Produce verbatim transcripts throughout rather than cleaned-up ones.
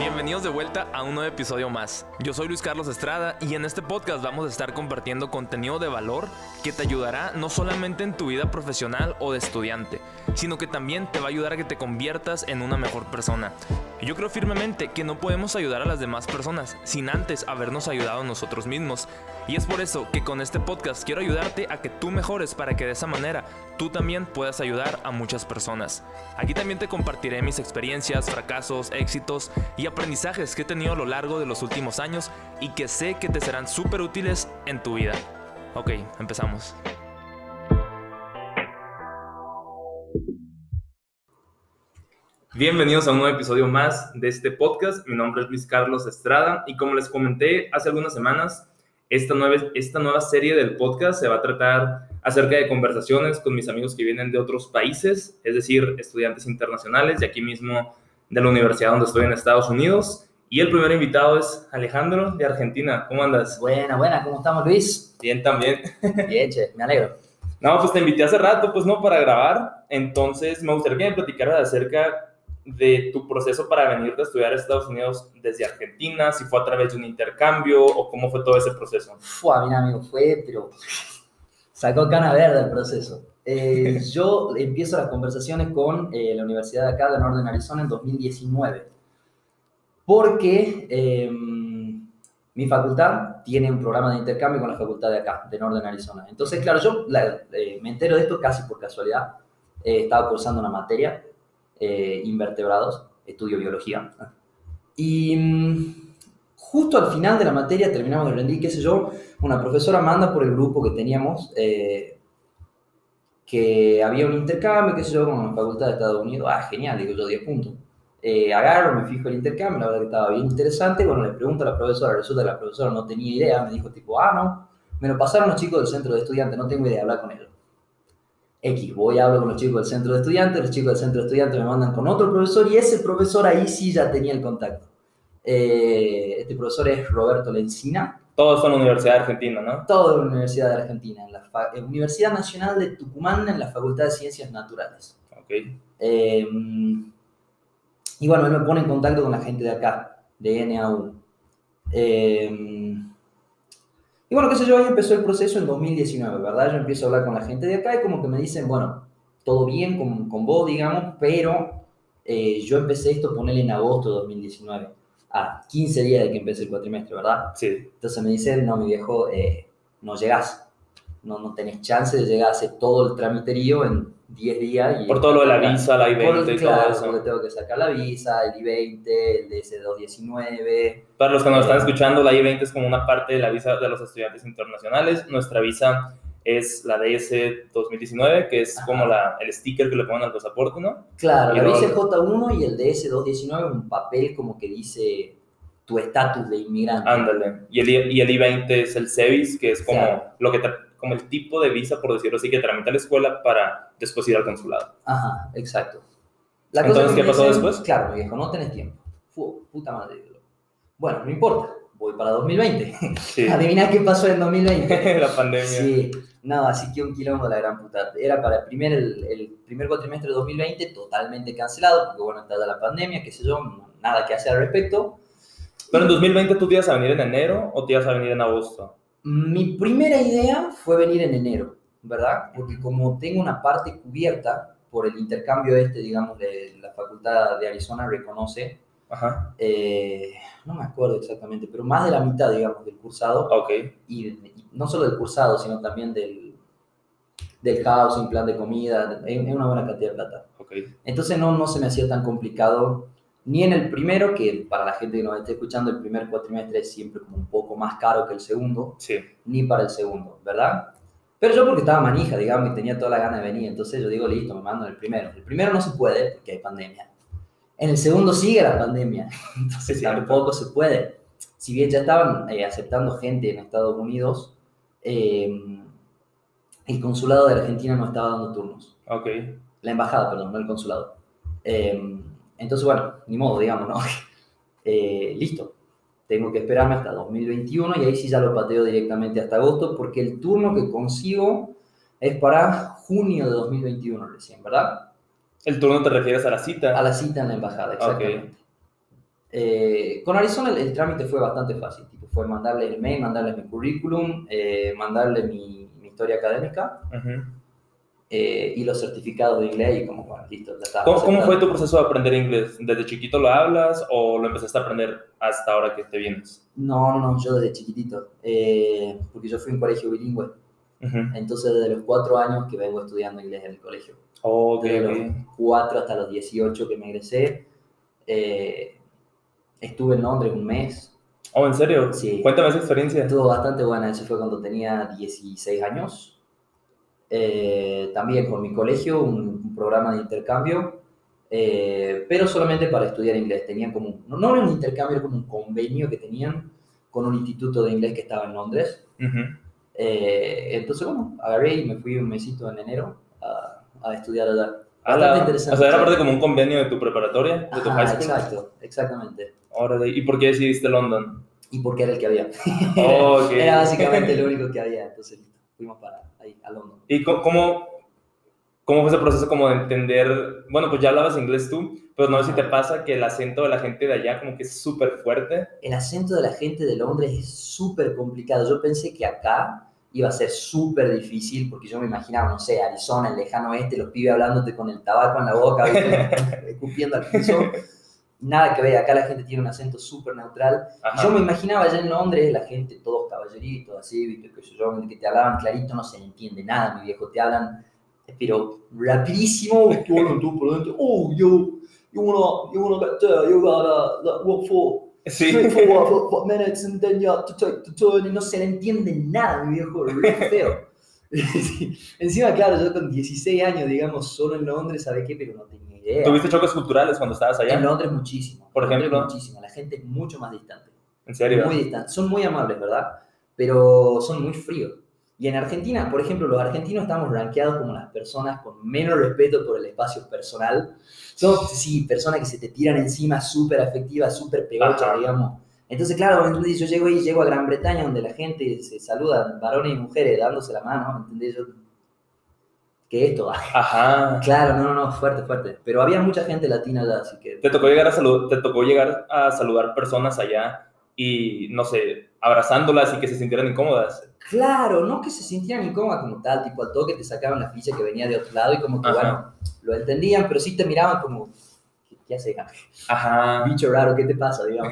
Bienvenidos de vuelta a un nuevo episodio más. Yo soy Luis Carlos Estrada y en este podcast vamos a estar compartiendo contenido de valor que te ayudará no solamente en tu vida profesional o de estudiante, sino que también te va a ayudar a que te conviertas en una mejor persona. Yo creo firmemente que no podemos ayudar a las demás personas sin antes habernos ayudado nosotros mismos. Y es por eso que con este podcast quiero ayudarte a que tú mejores para que de esa manera tú también puedas ayudar a muchas personas. Aquí también te compartiré mis experiencias, fracasos, éxitos y aprendizajes que he tenido a lo largo de los últimos años y que sé que te serán súper útiles en tu vida. Ok, empezamos. Bienvenidos a un nuevo episodio más de este podcast. Mi nombre es Luis Carlos Estrada y como les comenté hace algunas semanas, esta nueva, esta nueva serie del podcast se va a tratar acerca de conversaciones con mis amigos que vienen de otros países, es decir, estudiantes internacionales de aquí mismo de la universidad donde estoy en Estados Unidos. Y el primer invitado es Alejandro de Argentina. ¿Cómo andas? Buena, buena. ¿Cómo estamos, Luis? Bien, también. Bien, che, me alegro. No, pues te invité hace rato, pues no, para grabar. Entonces me gustaría que me platicaras acerca de tu proceso para venir a estudiar a Estados Unidos desde Argentina, si fue a través de un intercambio o cómo fue todo ese proceso. Fua, mira, amigo, fue, pero sacó cana verde el proceso. Eh, yo empiezo las conversaciones con eh, la Universidad de acá, de Northern Arizona, en dos mil diecinueve. Porque eh, mi facultad tiene un programa de intercambio con la facultad de acá, de Northern Arizona. Entonces, claro, yo la, eh, me entero de esto casi por casualidad. Eh, estaba cursando una materia, eh, invertebrados, estudio biología. Y mmm, justo al final de la materia terminamos de rendir, qué sé yo, una profesora manda por el grupo que teníamos eh, que había un intercambio, qué sé yo, con la facultad de Estados Unidos. Ah, genial, digo yo, diez puntos. Eh, agarro, me fijo el intercambio, la verdad que estaba bien interesante. Bueno, le pregunto a la profesora, resulta que la profesora no tenía idea, me dijo tipo, ah, no, me lo pasaron los chicos del centro de estudiantes, no tengo idea, hablar con ellos. X, voy a hablar con los chicos del centro de estudiantes, los chicos del centro de estudiantes me mandan con otro profesor y ese profesor ahí sí ya tenía el contacto. Eh, este profesor es Roberto Lencina. Todos son Universidad de Argentina, ¿no? Todo en la Universidad de Argentina, en la fa- en Universidad Nacional de Tucumán, en la Facultad de Ciencias Naturales. Ok. Eh, y bueno, él me pone en contacto con la gente de acá, de N A U. Eh, y bueno, qué sé yo, ahí empezó el proceso en dos mil diecinueve, ¿verdad? Yo empiezo a hablar con la gente de acá y como que me dicen, bueno, todo bien con, con vos, digamos, pero eh, yo empecé esto, ponerle en agosto de dos mil diecinueve, a quince días de que empecé el cuatrimestre, ¿verdad? Sí. Entonces me dicen, no, mi viejo, eh, no llegás, no, no tenés chance de llegar a hacer todo el tramiterío en diez días. Y por todo lo de la visa, la I veinte y claro, todo eso. porque tengo que sacar la visa, el I veinte, el D S doscientos diecinueve. Para los que nos eh, están escuchando, la I veinte es como una parte de la visa de los estudiantes internacionales. Nuestra visa es la D S dos mil diecinueve, que es Ajá. como la, el sticker que le ponen al pasaporte, ¿no? Claro, y la luego, visa J uno y el D S doscientos diecinueve, un papel como que dice tu estatus de inmigrante. Ándale. Y el, I- y el I veinte es el SEVIS, que es como, Claro. lo que tra- como el tipo de visa, por decirlo así, que tramita la escuela para después ir al consulado. Ajá, exacto. La Entonces, cosa que ¿qué me pasó dicen, después? Claro, viejo, no tenés tiempo. Fu, puta madre. Bueno, no importa, voy para dos mil veinte. Sí. Adivina qué pasó en dos mil veinte. La pandemia. Sí, no, así que un quilombo de la gran puta. Era para el primer, el, el primer cuatrimestre de dos mil veinte, totalmente cancelado, porque bueno, está la pandemia, qué sé yo, nada que hacer al respecto. Pero en dos mil veinte, ¿tú te ibas a venir en enero o te ibas a venir en agosto? Mi primera idea fue venir en enero, ¿verdad? Porque como tengo una parte cubierta por el intercambio este, digamos, de la Facultad de Arizona reconoce, Ajá. eh, no me acuerdo exactamente, pero más de la mitad, digamos, del cursado. Ok. Y, y no solo del cursado, sino también del, del housing, plan de comida, es una buena cantidad de plata. Ok. Entonces no, no se me hacía tan complicado, ni en el primero, que para la gente que nos esté escuchando, el primer cuatrimestre es siempre como un poco más caro que el segundo, Sí. ni para el segundo, ¿verdad? Pero yo porque estaba manija, digamos, y tenía toda la gana de venir, entonces yo digo, listo, me mando en el primero. El primero no se puede porque hay pandemia. En el segundo sigue la pandemia, entonces Sí, tampoco se puede. Si bien ya estaban eh, aceptando gente en Estados Unidos, eh, el consulado de Argentina no estaba dando turnos. Ok. La embajada, perdón, no el consulado. Eh, entonces, bueno, ni modo, digamos, ¿no? Eh, listo. Tengo que esperarme hasta dos mil veintiuno y ahí sí ya lo pateo directamente hasta agosto porque el turno que consigo es para junio de dos mil veintiuno recién, ¿verdad? ¿El turno te refieres a la cita? A la cita en la embajada, exactamente. Ok. Eh, con Arizona el, el trámite fue bastante fácil, tipo, fue mandarle el mail, mandarle mi currículum, eh, mandarle mi, mi historia académica Uh-huh. eh, y los certificados de inglés y como, bueno, listo, ya está. ¿Cómo, ¿Cómo fue tu proceso de aprender inglés? ¿Desde chiquito lo hablas o lo empezaste a aprender hasta ahora que te vienes? No, no, no, yo desde chiquitito, eh, porque yo fui a un colegio bilingüe, Uh-huh. entonces desde los cuatro años que vengo estudiando inglés en el colegio. Ok, Desde ok. los cuatro hasta los dieciocho que me egresé, eh, estuve en Londres un mes. Oh, ¿en serio? Sí, Cuéntame esa experiencia. estuvo bastante buena, eso fue cuando tenía dieciséis años. Eh, también con mi colegio, un, un programa de intercambio, eh, pero solamente para estudiar inglés. Tenían como, un- no, no era un intercambio, era como un convenio que tenían con un instituto de inglés que estaba en Londres. Uh-huh. Eh, entonces, bueno, agarré y me fui un mesito en enero a, a estudiar allá. A Bastante la- interesante. O sea, era sí. parte como un convenio de tu preparatoria, de tu high Ajá, school. exacto, exactamente. Órale. ¿Y por qué decidiste London? Y porque era el que había. Oh, ok. Era básicamente lo único que había, entonces listo, fuimos para ahí, a London. ¿Y co- cómo, cómo fue ese proceso como de entender? Bueno, pues ya hablabas inglés tú, pero no sé si te pasa que el acento de la gente de allá como que es súper fuerte. El acento de la gente de Londres es súper complicado. Yo pensé que acá iba a ser súper difícil, porque yo me imaginaba, no sé, Arizona, el lejano oeste, los pibes hablándote con el tabaco en la boca, ¿viste? Escupiendo al piso. Nada que ver, acá la gente tiene un acento súper neutral. Ajá. Yo me imaginaba allá en Londres, la gente, todos caballeritos, así, ¿viste? Que, yo, que te hablaban clarito, no se entiende nada, mi viejo, te hablan, pero rapidísimo, que hablan tú por dentro, oh, yo, you wanna, you wanna get there, you gotta, that, what for? Sí. Three, four, four, four minutes, and then you have to take the turn, y no se le entiende nada, mi viejo, re feo. Sí. Encima, claro, yo con dieciséis años, digamos, solo en Londres, ¿sabes qué? Pero no tenía idea. ¿Tuviste choques culturales cuando estabas allá? En Londres muchísimo. Por En Londres ejemplo. muchísimo. La gente es mucho más distante. ¿En serio? Muy distante. Son muy amables, ¿verdad? Pero son muy fríos. Y en Argentina, por ejemplo, los argentinos estamos rankeados como las personas con menos respeto por el espacio personal. Son, sí, personas que se te tiran encima, súper afectivas, súper pegochas, digamos. Entonces, claro, entonces yo llego ahí, llego a Gran Bretaña, donde la gente se saluda, varones y mujeres, dándose la mano, ¿entendés? Yo, ¿qué es esto? Ajá. Claro, no, no, no, fuerte, fuerte. Pero había mucha gente latina allá, así que... ¿Te tocó llegar a, salud te tocó llegar a saludar personas allá y, no sé, abrazándolas y que se sintieran incómodas? Claro, no que se sintieran incómodas como tal, tipo al toque te sacaban la ficha que venía de otro lado y como que, Ajá. bueno, lo entendían, pero sí te miraban como, ¿qué, qué haces? Ajá. Bicho raro, ¿qué te pasa, digamos?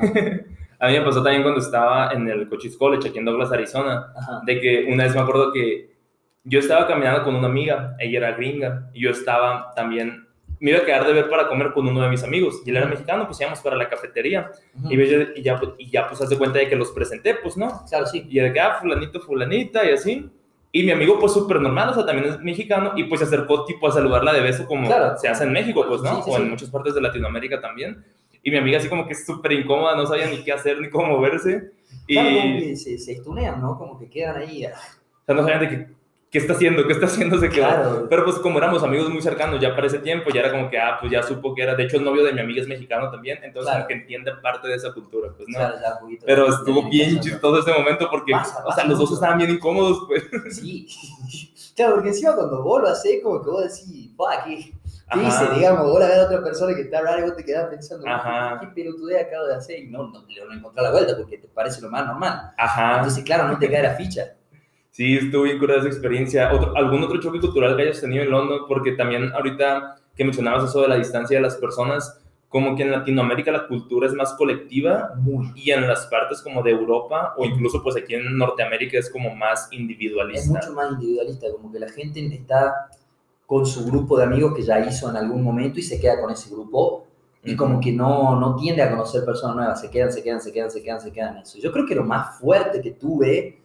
A mí me pasó también cuando estaba en el Cochise College, aquí en Douglas, Arizona, Ajá. de que una vez me acuerdo que yo estaba caminando con una amiga, ella era gringa, y yo estaba también, me iba a quedar de ver para comer con uno de mis amigos, y él era mexicano, pues íbamos para la cafetería, Ujú. y, yo, y, ya, y ya pues hace cuenta de que los presenté, pues, ¿no? Claro, sí. Y de que, ah, fulanito, fulanita, y así. Y mi amigo, pues, súper normal, o sea, también es mexicano, y pues se acercó, tipo, a saludarla de beso, como Claro. se hace en México, pues, ¿no? Sí, sí, o en sí. muchas partes de Latinoamérica también. Y mi amiga así como que súper incómoda, no sabía ni qué hacer, ni cómo moverse. Y, Claro, como que se, se estunean, ¿no? Como que quedan ahí. o sea, no sabían de qué, qué está haciendo, qué está haciendo, se quedó. Claro. Pero pues como éramos amigos muy cercanos ya para ese tiempo, ya era como que, ah, pues ya supo que era, de hecho el novio de mi amiga es mexicano también, entonces Claro. como que entiende parte de esa cultura, pues, ¿no? Claro, ya un poquito. Pero de- estuvo de bien limitación, chistoso ese momento porque, Pasa, o pasa sea, los dos mucho. estaban bien incómodos, pues. ¿no? Sí. Claro, porque encima cuando vos lo haces, como que vos decís, fuck, ¿qué, qué Ajá. hice? Digamos, vos la ves a otra persona que está rara y vos te quedás pensando, Ajá. ¿qué, qué pelotudez acabo de hacer? Y no, no, no encontrás la vuelta porque te parece lo más normal. Ajá. Entonces, claro, no te cae la ficha. Sí, estuvo bien curada esa experiencia. Otro, ¿Algún otro choque cultural que hayas tenido en London? Porque también ahorita que mencionabas eso de la distancia de las personas, como que en Latinoamérica la cultura es más colectiva Muy. y en las partes como de Europa o incluso pues aquí en Norteamérica es como más Es individualista. mucho más individualista, como que la gente está con su grupo de amigos que ya hizo en algún momento y se queda con ese grupo y como que no, no tiende a conocer personas nuevas, se quedan, se quedan, se quedan, se quedan, se quedan en eso. Yo creo que lo más fuerte que tuve,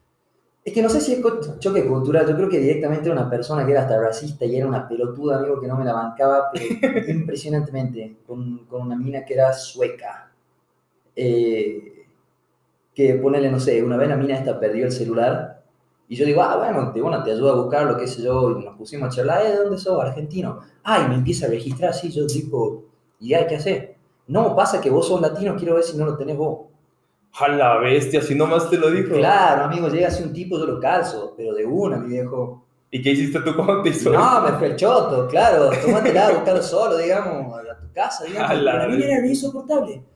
es que no sé si es co- choque cultural, yo creo que directamente era una persona que era hasta racista y era una pelotuda, amigo, que no me la bancaba, pero impresionantemente, con, con una mina que era sueca. Eh, que ponele, no sé, una vez la mina esta perdió el celular y yo digo, ah, bueno, te, bueno, te ayudo a buscarlo, qué sé yo, y nos pusimos a charlar, ¿eh? ¿De dónde sos? Argentino. Ah, y me empieza a registrar así, yo digo, ¿y hay qué hacer? No, pasa que vos sos latino, quiero ver si no lo tenés vos. ¡A la bestia! Así nomás te lo dijo. Claro, amigo, llega así un tipo, yo lo calzo, pero de una, mi viejo. ¿Y qué hiciste tú cuando te hizo No, eso? me fue el choto, claro, tómatela, buscalo solo, digamos, a tu casa, digamos. A la Pero a mí vez. era insoportable.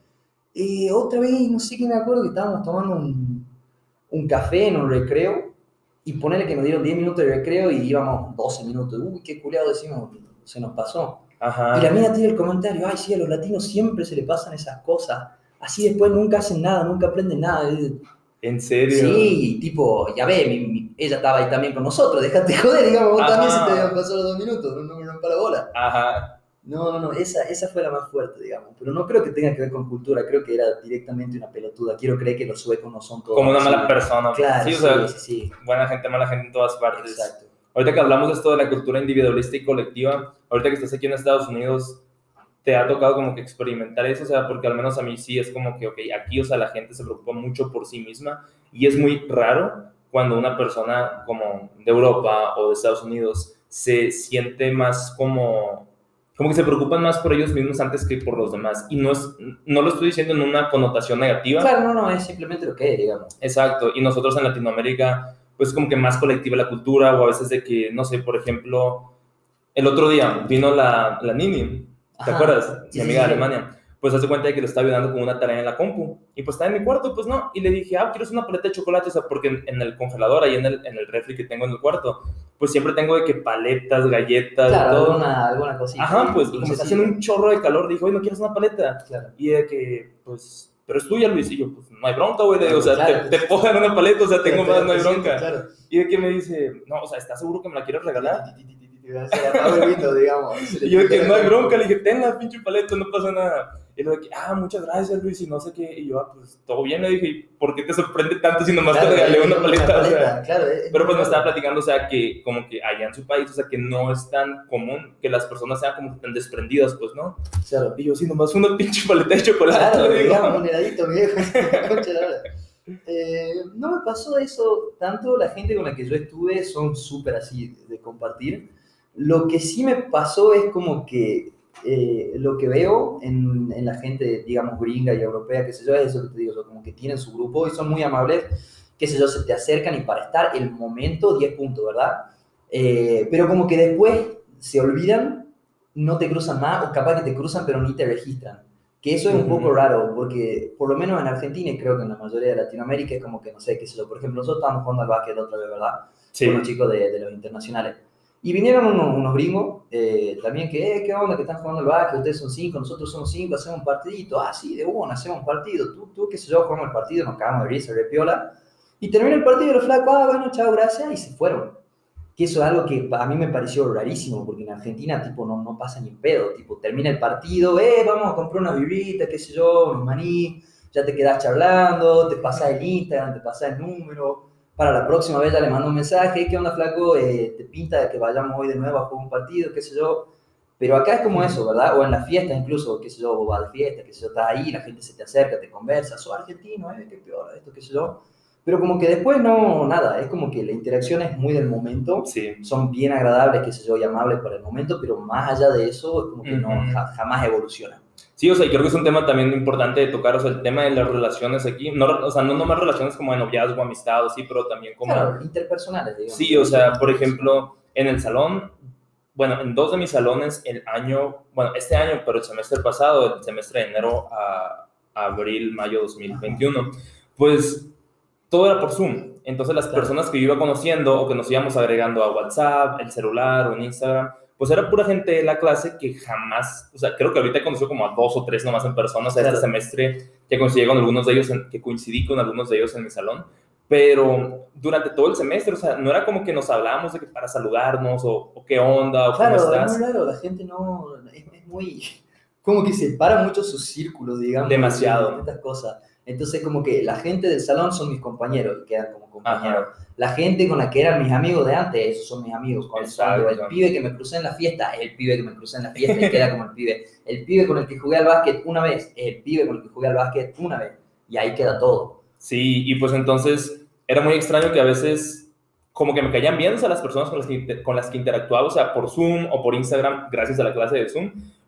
Eh, otra vez, no sé qué me acuerdo, que estábamos tomando un, un café en un recreo y ponele que nos dieron diez minutos de recreo y íbamos doce minutos. Uy, qué culiado, decimos, se nos pasó. Y la Ajá. mina tiene el comentario, ay, sí, a los latinos siempre se le pasan esas cosas. Así después nunca hacen nada, nunca aprenden nada. ¿En serio? Sí, tipo, ya ve, mi, mi- ella estaba ahí también con nosotros, déjate joder, digamos, vos también se te habían Ajá. pasado los dos minutos, no, no, no para bola. Ajá. No, no, no, esa, esa fue la más fuerte, digamos, pero no creo que tenga que ver con cultura, creo que era directamente una pelotuda. Quiero creer que los suecos no son Como todos una mala así. persona. Claro, Sí, o sí, sea, sí, sí, buena gente, mala gente en todas partes. exacto. Ahorita que hablamos de esto de la cultura individualista y colectiva, ahorita que estás aquí en Estados Unidos, ¿te ha tocado como que experimentar eso? O sea, porque al menos a mí sí es como que, ok, aquí, o sea, la gente se preocupa mucho por sí misma y es muy raro cuando una persona como de Europa o de Estados Unidos se siente más como, como que se preocupan más por ellos mismos antes que por los demás. Y no, es, no lo estoy diciendo en una connotación negativa. Claro, no, no, es simplemente lo que es, digamos. Exacto, y nosotros en Latinoamérica, pues como que más colectiva la cultura, o a veces de que, no sé, por ejemplo, el otro día vino la, la Nini, ¿te Ajá, acuerdas? Mi sí, sí, amiga sí, de sí. Alemania. Pues hace cuenta de que lo estaba ayudando con una tarea en la compu. Y pues estaba en mi cuarto, pues no. Y le dije, ah, ¿quieres una paleta de chocolate? O sea, porque en, en el congelador, ahí en el, en el refri que tengo en el cuarto, pues siempre tengo de que paletas, galletas, de Claro, todo. alguna, alguna cosita Ajá, ahí, pues, y como está haciendo dulcecita. un chorro de calor, dijo, oye, ¿no quieres una paleta? Claro, Y de que, pues, pero es tuya, Luis. Y yo, pues, no hay bronca, güey. O sea, te, claro, te puedo dar una paleta, o sea, te, tengo te más, da no hay presente, bronca. claro. Y de que me dice, no, o sea, ¿estás seguro que me la quieres regalar? Se le apagó el Windows, digamos. Se le Y yo de tritó que la no hay compu. bronca, le dije, ten la pinche paleta, no pasa nada. Y luego de que, ah, muchas gracias, Luis, y no sé qué. Y yo, ah, pues, todo bien, le dije, ¿y por qué te sorprende tanto si nomás Claro, te regalé es una una paleta? O sea, paleta, claro. Es, es pero muy pues me estaba raro. platicando, o sea, que como que allá en su país, o sea, que no es tan común que las personas sean como tan desprendidas, pues, ¿no? Claro, Y yo, sí, nomás una pinche paleta de chocolate, claro, le digamos, digo. un heladito, mi viejo. Concha de la hora. Eh, no me pasó eso tanto, la gente con la que yo estuve son súper así de compartir. Lo que sí me pasó es como que eh, lo que veo en, en la gente, digamos, gringa y europea, qué sé yo, es eso que te digo, yo, como que tienen su grupo y son muy amables, qué sé yo, se te acercan y para estar el momento, diez puntos, ¿verdad? Eh, pero como que después se olvidan, no te cruzan más, o capaz que te cruzan pero ni te registran. Que eso es un poco Ujú. raro, porque por lo menos en Argentina y creo que en la mayoría de Latinoamérica es como que, no sé, qué sé yo, por ejemplo, nosotros estábamos jugando al básquet otra vez, ¿verdad? Con los Sí. chicos de, de los internacionales. Y vinieron unos, unos gringos eh, también que, eh, ¿qué onda? Que están jugando al básquet, ustedes son cinco, nosotros somos cinco, hacemos un partidito. Ah, sí, de una, hacemos un partido. Tú, tú, qué sé yo, jugamos el partido, nos cagamos de risa, de piola. Y termina el partido y los flacos, ah, bueno, chao, gracias, y se fueron. Que eso es algo que a mí me pareció rarísimo, porque en Argentina, tipo, no, no pasa ni en pedo, tipo, termina el partido, eh, vamos a comprar una birrita, qué sé yo, un maní, ya te quedas charlando, te pasas el Instagram, te pasas el número, para la próxima vez ya le mando un mensaje, ¿qué onda, flaco? Eh, te pinta de que vayamos hoy de nuevo a jugar un partido, qué sé yo, pero acá es como eso, ¿verdad? O en la fiesta incluso, qué sé yo, vos vas de fiesta, qué sé yo, estás ahí, la gente se te acerca, te conversa, sos argentino, eh, qué peor, esto, qué sé yo, pero como que después no, nada, es como que la interacción es muy del momento, Sí. son bien agradables, qué sé yo, y amables para el momento, pero más allá de eso, es como que no, Ujú. ja- jamás evoluciona. Sí, o sea, y creo que es un tema también importante de tocar, o sea, el tema de las relaciones aquí, no, o sea, no nomás relaciones como de noviazgo, amistad, sí, pero también como, Claro, interpersonales, digamos, sí, o relaciones sea, por interpersonales. ejemplo, en el salón, bueno, en dos de mis salones, el año, bueno, este año, pero el semestre pasado, el semestre de enero a, a abril, mayo Ajá, dos mil veintiuno, pues todo era por Zoom. Entonces las claro, personas que yo iba conociendo o que nos íbamos agregando a WhatsApp, el celular o en Instagram, pues era pura gente de la clase que jamás, o sea, creo que ahorita he conocido como a dos o tres nomás en persona, o sea, este claro. semestre ya coincidí con algunos de ellos, en, que coincidí con algunos de ellos en mi salón, pero durante todo el semestre, o sea, no era como que nos hablábamos de que para saludarnos o, o qué onda o cómo Claro, es muy estás, raro, la gente no, es, es muy, como que separa mucho sus círculos, digamos, de, de demasiado. distintas cosas. Entonces, como que la gente del salón son mis compañeros y quedan como compañeros. Ajá, La gente con la que eran mis amigos de antes, esos son mis amigos. Cuando, cuando el exacto. pibe que me crucé en la fiesta, es el pibe que me crucé en la fiesta y queda como el pibe. El pibe con el que jugué al básquet una vez, es el pibe con el que jugué al básquet una vez. Y ahí queda todo. Sí, y pues entonces era muy extraño que a veces como que me caían bien, o sea, las personas con las que, con las que interactuaba, o sea, por Zoom o por Instagram, gracias a la clase de Zoom,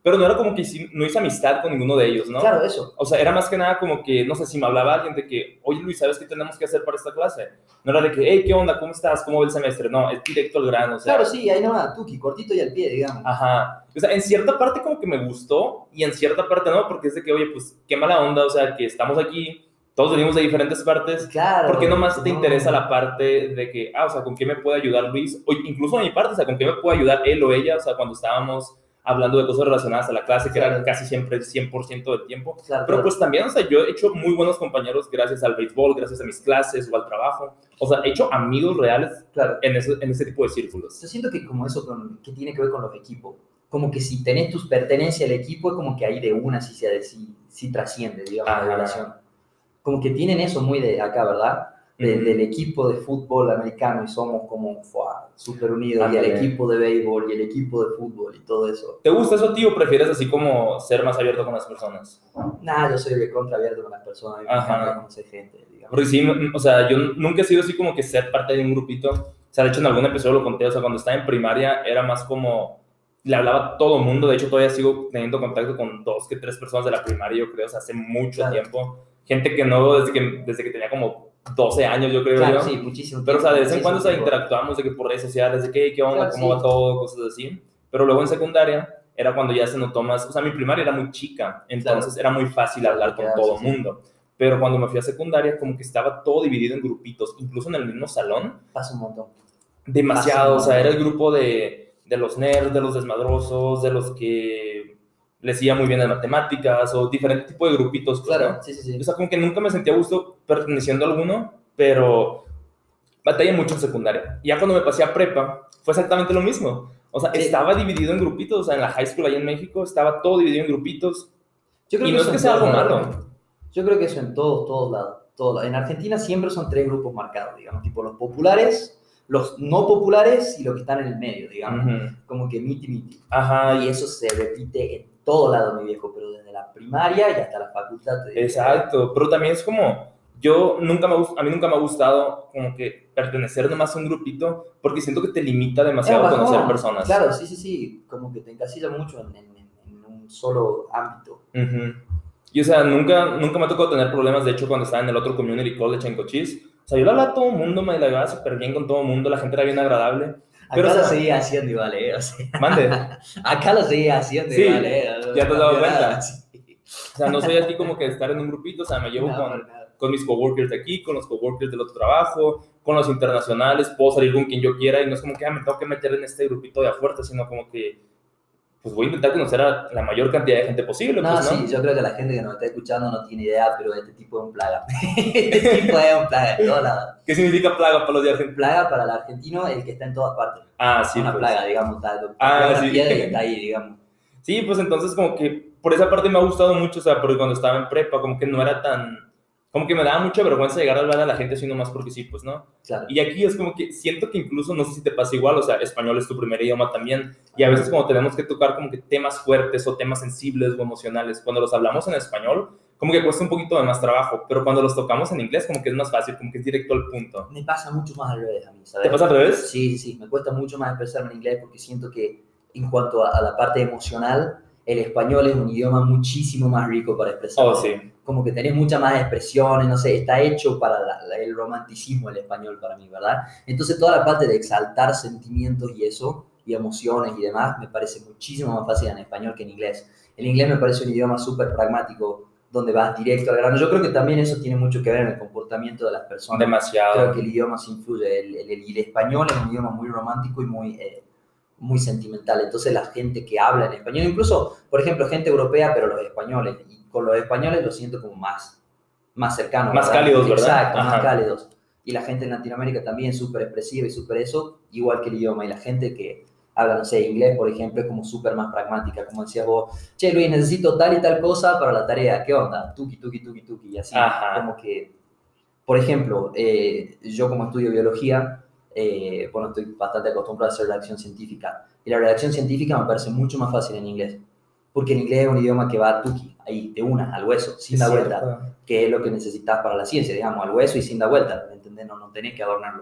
pero no era como que hice, no hice amistad con ninguno de ellos, ¿no? Claro, eso. O sea, era más que nada como que, no sé, si me hablaba alguien de que, oye Luis, ¿sabes qué tenemos que hacer para esta clase? No era de que, hey, ¿qué onda? ¿Cómo estás? ¿Cómo va el semestre? No, es directo al grano, o sea. Claro, sí, ahí nomás, tuki, cortito y al pie, digamos. Ajá. O sea, en cierta parte como que me gustó y en cierta parte no, porque es de que, oye, pues, qué mala onda, o sea, que estamos aquí, todos venimos de diferentes partes. Claro. ¿Por qué nomás te no. interesa la parte de que, ah, o sea, con qué me puede ayudar Luis? O incluso de mi parte, o sea, con qué me puede ayudar él o ella, o sea, cuando estábamos hablando de cosas relacionadas a la clase, que Claro. era casi siempre cien por ciento del tiempo. Claro, Pero claro. pues también, o sea, yo he hecho muy buenos compañeros gracias al béisbol, gracias a mis clases o al trabajo. O sea, he hecho amigos reales Claro. en ese, en ese tipo de círculos. Yo siento que como eso con, que tiene que ver con los equipos. Como que si tenés tus pertenencias al equipo, es como que ahí de una sí, se, sí, sí trasciende, digamos, Ajá. la relación. Como que tienen eso muy de acá, ¿verdad? De, Ujú. Del equipo de fútbol americano y somos como súper unidos. Ándale. Y el equipo de béisbol y el equipo de fútbol y todo eso. ¿Te gusta eso, tío? ¿O prefieres así como ser más abierto con las personas? Nada, yo soy de contra abierto con las personas. A mí me Ajá. encanta conocer gente, digamos. Porque sí, o sea, yo nunca he sido así como que ser parte de un grupito. O sea, de hecho en algún episodio lo conté, o sea, cuando estaba en primaria era más como, le hablaba a todo mundo. De hecho todavía sigo teniendo contacto con dos que tres personas de la primaria, yo creo, o sea, hace mucho Claro. tiempo. Gente que no, desde que, desde que tenía como doce años, yo creo. Claro, yo. sí, muchísimo. Pero, o sea, de vez en cuando, o sea, tiempo. interactuamos de que por redes sociales, de que, qué onda, Claro, cómo sí. va todo, cosas así. Pero luego en secundaria era cuando ya se notó más, o sea, mi primaria era muy chica, entonces era muy fácil hablar con Claro, todo el sí, sí. mundo. Pero cuando me fui a secundaria, como que estaba todo dividido en grupitos, incluso en el mismo salón. Pasa un montón. Demasiado, o Pasa un sea, era el montón. grupo de, de los nerds, de los desmadrosos, de los que les iba muy bien en matemáticas, o diferente tipo de grupitos. Pues, Claro, ¿no? sí, sí, sí. O sea, como que nunca me sentía a gusto perteneciendo a alguno, pero batallé mucho en secundaria. Y ya cuando me pasé a prepa, fue exactamente lo mismo. O sea, Sí. estaba dividido en grupitos, o sea, en la high school allá en México, estaba todo dividido en grupitos. Yo creo Y que no es eso que en sea algo todos malo. lados. Yo creo que eso en todos, todos lados, todos lados. En Argentina siempre son tres grupos marcados, digamos, tipo los populares, los no populares y los que están en el medio, digamos. Ujú. Como que miti miti. Ajá, Y eso se repite en todo lado, mi viejo, pero desde la primaria y hasta la facultad. Te diría. exacto, pero también es como, yo nunca me, gust- a mí nunca me ha gustado como que pertenecer nomás a un grupito, porque siento que te limita demasiado a Es bajón. conocer personas. Claro, sí, sí, sí, como que te encasilla mucho en, en- en un solo ámbito. Ujú. Y o sea, nunca, nunca me ha tocado tener problemas, de hecho, cuando estaba en el otro community college en Cochise, o sea, yo le hablaba a todo el mundo, me la llevaba súper bien con todo el mundo, la gente era bien agradable. Pero, Acá o lo sea, seguía haciendo y vale, eh, o sea, mande. acá lo seguía haciendo Sí, y vale. eh, no ya te has dado cambió nada, cuenta. sí. O sea, no soy así como que estar en un grupito, o sea, me llevo No, con, para nada. con mis coworkers de aquí, con los coworkers del otro trabajo, con los internacionales, puedo salir con quien yo quiera y no es como que ah, me tengo que meter en este grupito de a fuerza, sino como que pues voy a intentar conocer a la mayor cantidad de gente posible. No, Pues, ¿no? sí, yo creo que la gente que nos está escuchando no tiene idea, pero este tipo es un plaga. Este tipo es un plaga en todos lados. ¿Qué significa plaga para los de Argentina? Plaga para el argentino, el que está en todas partes. Ah, sí, Una pues. plaga, digamos, está, Ah, una sí. piedra y está ahí, digamos. Sí, pues entonces como que por esa parte me ha gustado mucho, o sea, porque cuando estaba en prepa como que no era tan... Como que me daba mucha vergüenza llegar a hablar a la gente así nomás porque sí, pues, ¿no? Claro. Y aquí es como que siento que incluso, no sé si te pasa igual, o sea, español es tu primer idioma también, y a veces como tenemos que tocar como que temas fuertes o temas sensibles o emocionales, cuando los hablamos en español, como que cuesta un poquito de más trabajo, pero cuando los tocamos en inglés como que es más fácil, como que es directo al punto. Me pasa mucho más al revés a mí, ¿sabes? ¿Te pasa al revés? Sí, sí, me cuesta mucho más expresarme en inglés porque siento que en cuanto a, a la parte emocional, el español es un idioma muchísimo más rico para expresar. Oh, sí. Como que tenés muchas más expresiones, no sé, está hecho para la, la, el romanticismo el español para mí, ¿verdad? Entonces toda la parte de exaltar sentimientos y eso, y emociones y demás, me parece muchísimo más fácil en español que en inglés. El inglés me parece un idioma súper pragmático, donde vas directo al grano. Yo creo que también eso tiene mucho que ver en el comportamiento de las personas. Demasiado. Creo que el idioma se influye. El, el, el, el español es un idioma muy romántico y muy... Eh, muy sentimental, entonces la gente que habla en español, incluso, por ejemplo, gente europea, pero los españoles, y con los españoles lo siento como más, más cercanos. Más ¿verdad? cálidos, ¿verdad? Exacto, Ajá. más cálidos. Y la gente en Latinoamérica también súper expresiva y súper eso, igual que el idioma. Y la gente que habla, no sé, inglés, por ejemplo, es como súper más pragmática, como decías vos, che, Luis, necesito tal y tal cosa para la tarea, ¿qué onda? Tuki, tuki, tuki, tuki, y así, Ajá. como que, por ejemplo, eh, yo como estudio biología, Eh, bueno, estoy bastante acostumbrado a hacer redacción científica. Y la redacción científica me parece mucho más fácil en inglés. Porque en inglés es un idioma que va a tuki, ahí, de una, al hueso, sin dar vuelta. Que es lo que necesitas para la ciencia, digamos, al hueso y sin dar vuelta. ¿Entendés? No, no tenés que adornarlo.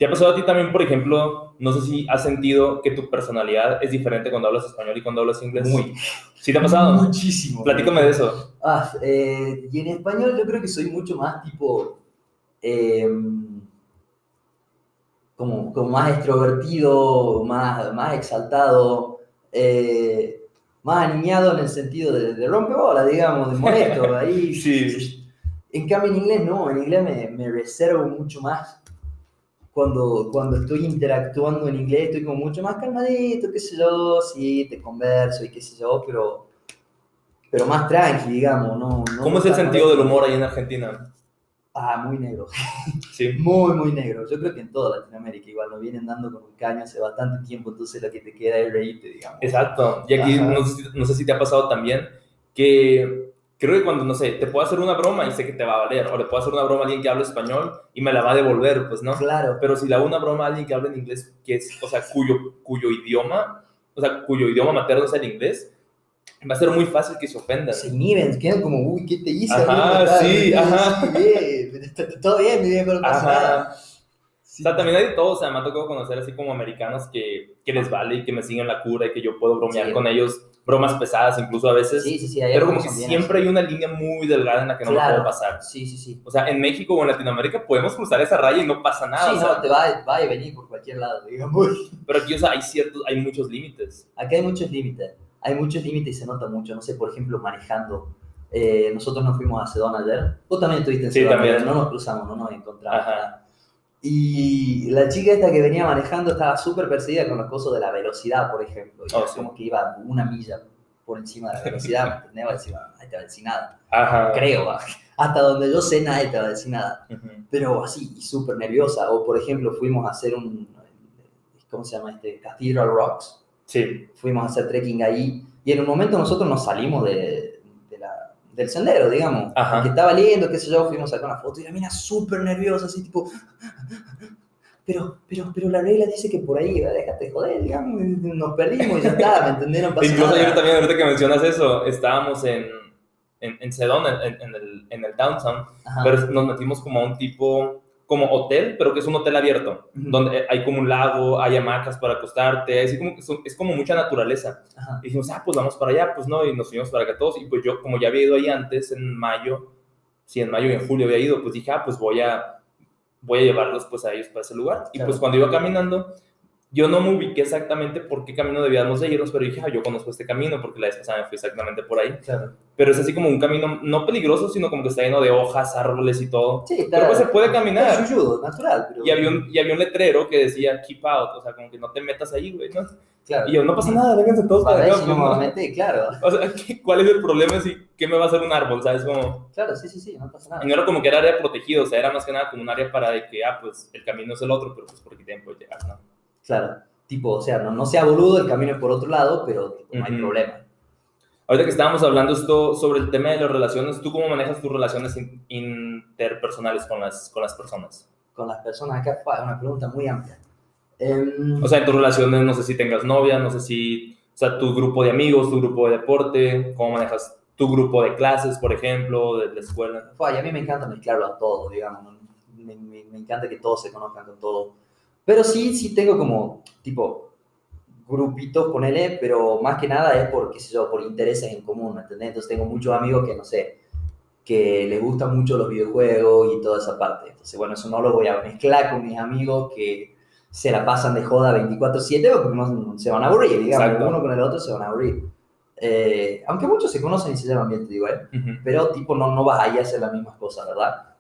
¿Te ha pasado a ti también, por ejemplo, no sé si has sentido que tu personalidad es diferente cuando hablas español y cuando hablas inglés? Muy. ¿Sí te ha pasado? Muchísimo. Platícame de eso. Ah, eh, y en español yo creo que soy mucho más tipo, eh, como, como más extrovertido, más, más exaltado, eh, más aniñado en el sentido de, de rompebolas, digamos, de molesto. Ahí, Sí. En cambio en inglés no, en inglés me, me reservo mucho más. Cuando, cuando estoy interactuando en inglés estoy como mucho más calmadito, qué sé yo, sí, te converso y qué sé yo, pero, pero más tranqui, digamos. No, no ¿Cómo es el tan sentido molesto. del humor ahí en Argentina? Ah, muy negro. Sí. Muy, muy negro. Yo creo que en toda Latinoamérica igual nos vienen dando con un caño hace bastante tiempo, entonces lo que te queda es reírte, digamos. Exacto. Y aquí no sé, si, no sé si te ha pasado también que creo que cuando, no sé, te puedo hacer una broma y sé que te va a valer, o le puedo hacer una broma a alguien que habla español y me la va a devolver, pues, ¿no? Claro. Pero si le hago una broma a alguien que habla en inglés, que es, o sea, cuyo, cuyo idioma, o sea, cuyo idioma materno es el inglés, va a ser muy fácil que se ofendan. Se inhiben, quedan como, uy, ¿qué te hice? Ajá, sí, ajá. Sí, bien, todo bien, mi viejo, no pasa nada. Sí. O sea, también hay de todo, o sea, me ha tocado conocer así como americanos que, que les vale y que me siguen la cura y que yo puedo bromear sí. con ellos, bromas pesadas incluso a veces, sí, sí, sí, hay pero como que siempre hay una línea muy delgada en la que no claro. me puedo pasar. Sí, sí, sí. O sea, en México o en Latinoamérica podemos cruzar esa raya y no pasa nada. Sí, o sea, no, te va, va y venir por cualquier lado, digamos. Pero aquí, o sea, hay ciertos, hay muchos límites. Aquí hay muchos límites, hay muchos límites y se nota mucho, no sé, por ejemplo, manejando. Eh, nosotros nos fuimos a Sedona ayer, vos también estuviste en sí, Sedona, también. no nos cruzamos, no nos encontramos. Ajá. Y la chica esta que venía manejando estaba súper perseguida con los cosas de la velocidad, por ejemplo. Y oh, era sí. como que iba una milla por encima de la velocidad, ¿me entendés? Va a decir, ahí te va a decir nada. Ajá. Creo, hasta donde yo sé nadie te va a decir nada. Uh-huh. Pero así, súper nerviosa. O por ejemplo, fuimos a hacer un, ¿cómo se llama este? Cathedral Rocks. Sí. Fuimos a hacer trekking ahí. Y en un momento nosotros nos salimos de, de la, del sendero, digamos. Ajá. Porque estaba lindo, qué sé yo, fuimos a sacar una foto y la mina súper nerviosa, así tipo... Pero, pero, pero la regla dice que por ahí, déjate joder, digamos, nos perdimos y ya está, ¿me entendieron? No Incluso nada. yo también, ahorita que mencionas eso, estábamos en, en, en Sedona, en, en, el, en el downtown, Ajá. pero nos metimos como a un tipo, como hotel, pero que es un hotel abierto, uh-huh. donde hay como un lago, hay hamacas para acostarte, así como, es como mucha naturaleza. Ajá. Y dijimos, ah, pues vamos para allá, pues no, y nos fuimos para acá todos, y pues yo, como ya había ido ahí antes, en mayo, sí, en mayo y en julio había ido, pues dije, ah, pues voy a... voy a llevarlos pues a ellos para ese lugar. Claro. Y pues cuando iba caminando, yo no me ubiqué exactamente por qué camino debíamos de irnos, pero dije, ah, yo conozco este camino porque la vez pasada me fui exactamente por ahí. Claro. Pero es así como un camino no peligroso, sino como que está lleno de hojas, árboles y todo. Sí, está, pero pues se puede caminar. Es yuyo, natural. Pero... Y, había un, y había un letrero que decía, keep out, o sea, como que no te metas ahí, güey, ¿no? Claro. Y yo, no pasa nada, vénganse todos para acá. Si no me metí, claro. O sea, ¿cuál es el problema si qué me va a hacer un árbol, sabes? Como... Claro, sí, sí, sí, no pasa nada. Y no era como que era área protegida, o sea, era más que nada como un área para de que, ah, pues, el camino es el otro, pero pues por aquí tiempo llegar, ¿no? Claro, tipo, o sea, no, no sea boludo, el camino es por otro lado, pero tipo, no uh-huh. hay problema. Ahorita que estábamos hablando esto sobre el tema de las relaciones, ¿tú cómo manejas tus relaciones in- interpersonales con las, con las personas? Con las personas, acá fue una pregunta muy amplia. Um, o sea, en tus relaciones, no sé si tengas novia, no sé si, o sea, tu grupo de amigos, tu grupo de deporte, ¿cómo manejas tu grupo de clases, por ejemplo, de la escuela? Fue, y a mí me encanta mezclarlo a todo, digamos, me, me, me encanta que todos se conozcan con todo. Pero sí, sí tengo como, tipo, grupitos, ponele, pero más que nada es por, qué sé yo, por intereses en común, ¿me entendés? Entonces tengo muchos amigos que, no sé, que les gustan mucho los videojuegos y toda esa parte. Entonces, bueno, eso no lo voy a mezclar con mis amigos que se la pasan de joda veinticuatro siete porque no, se van a aburrir, digamos, Exacto. uno con el otro se van a aburrir. Eh, aunque muchos se conocen y se llevan bien, te digo, ¿eh? Uh-huh. Pero, tipo, no, no vas ahí a hacer las mismas cosas, ¿verdad?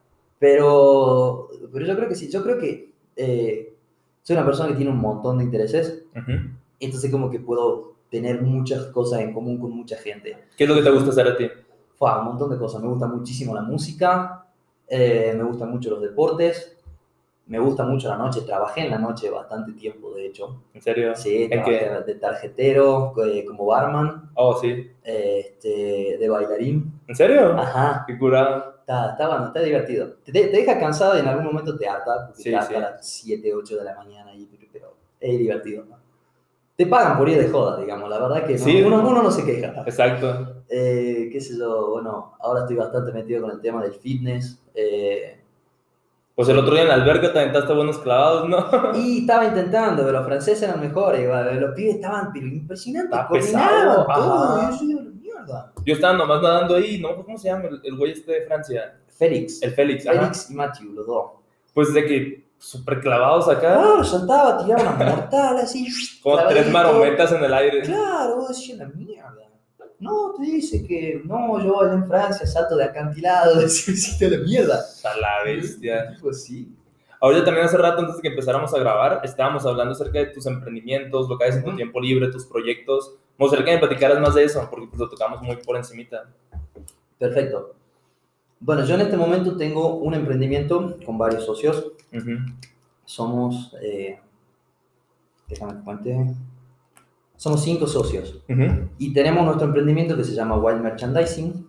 Pero, pero yo creo que sí, yo creo que eh, soy una persona que tiene un montón de intereses, uh-huh. entonces como que puedo tener muchas cosas en común con mucha gente. ¿Qué es lo que te gusta hacer a ti? Fue, un montón de cosas, me gusta muchísimo la música, eh, me gustan mucho los deportes, me gusta mucho la noche, trabajé en la noche bastante tiempo, de hecho. ¿En serio? Sí, trabajé de tarjetero, eh, como barman. Oh, sí. Eh, este, de bailarín. ¿En serio? Ajá. Qué curado. Está, está bueno, está divertido. Te, te deja cansado y en algún momento te harta, porque sí, te harta sí. a las siete, ocho de la mañana, y, pero es divertido, ¿no? Te pagan por ir de joda, digamos, la verdad que no, sí. uno, uno no se queja. Exacto. Eh, qué sé yo, bueno, ahora estoy bastante metido con el tema del fitness. Eh, Pues el otro día en la alberca te aventaste buenos clavados, ¿no? Y estaba intentando, pero los franceses eran mejores, igual. Los pibes estaban pero impresionantes, Está coordinaban pesado, todo. ajá. Yo soy de la mierda. Yo estaba nomás nadando ahí, no me acuerdo cómo se llama, el, el güey este de Francia. Félix. El Félix, ajá. Félix y Mathieu, los dos. Pues de que súper clavados acá. Claro, saltaba, tiraba unas mortales así. Como tres clavadito. marometas en el aire. Claro, vos decías la mierda. No, te dice que no, yo allá en Francia salto de acantilado, decís la mierda. A la bestia. Pues sí. Ahorita también hace rato, antes de que empezáramos a grabar, estábamos hablando acerca de tus emprendimientos, lo que haces en tu Ujú. tiempo libre, tus proyectos. Me gustaría que me platicaras más de eso, porque pues lo tocamos muy por encimita. Perfecto. Bueno, yo en este momento tengo un emprendimiento con varios socios. Uh-huh. Somos, eh, déjame que cuente, somos cinco socios. Uh-huh. Y tenemos nuestro emprendimiento que se llama Wild Merchandising,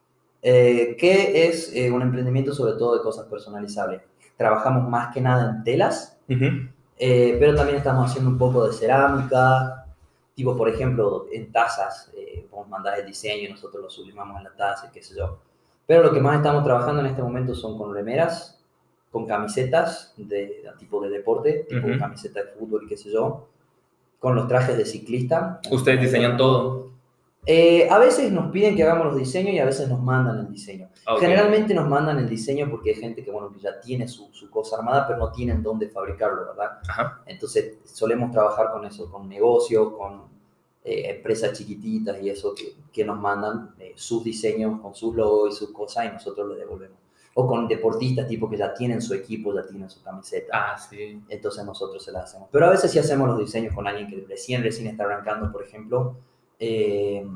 eh, que es eh, un emprendimiento sobre todo de cosas personalizables. Trabajamos más que nada en telas, Uh-huh. eh, pero también estamos haciendo un poco de cerámica, tipo por ejemplo en tazas, eh, podemos mandar el diseño y nosotros lo sublimamos en la taza, qué sé yo. Pero lo que más estamos trabajando en este momento son con remeras, con camisetas de, de tipo de deporte, tipo Uh-huh. camiseta de fútbol y qué sé yo, con los trajes de ciclista. Ustedes diseñan todo. Eh, a veces nos piden que hagamos los diseños y a veces nos mandan el diseño. Okay. Generalmente nos mandan el diseño porque hay gente que, bueno, que ya tiene su, su cosa armada, pero no tienen dónde fabricarlo, ¿verdad? Ajá. Entonces solemos trabajar con eso, con negocios, con eh, empresas chiquititas y eso que, que nos mandan eh, sus diseños con sus logos y sus cosas y nosotros los devolvemos. O con deportistas tipo que ya tienen su equipo, ya tienen su camiseta. Ah, sí. Entonces nosotros se las hacemos. Pero a veces sí hacemos los diseños con alguien que recién, recién está arrancando, por ejemplo. Eh,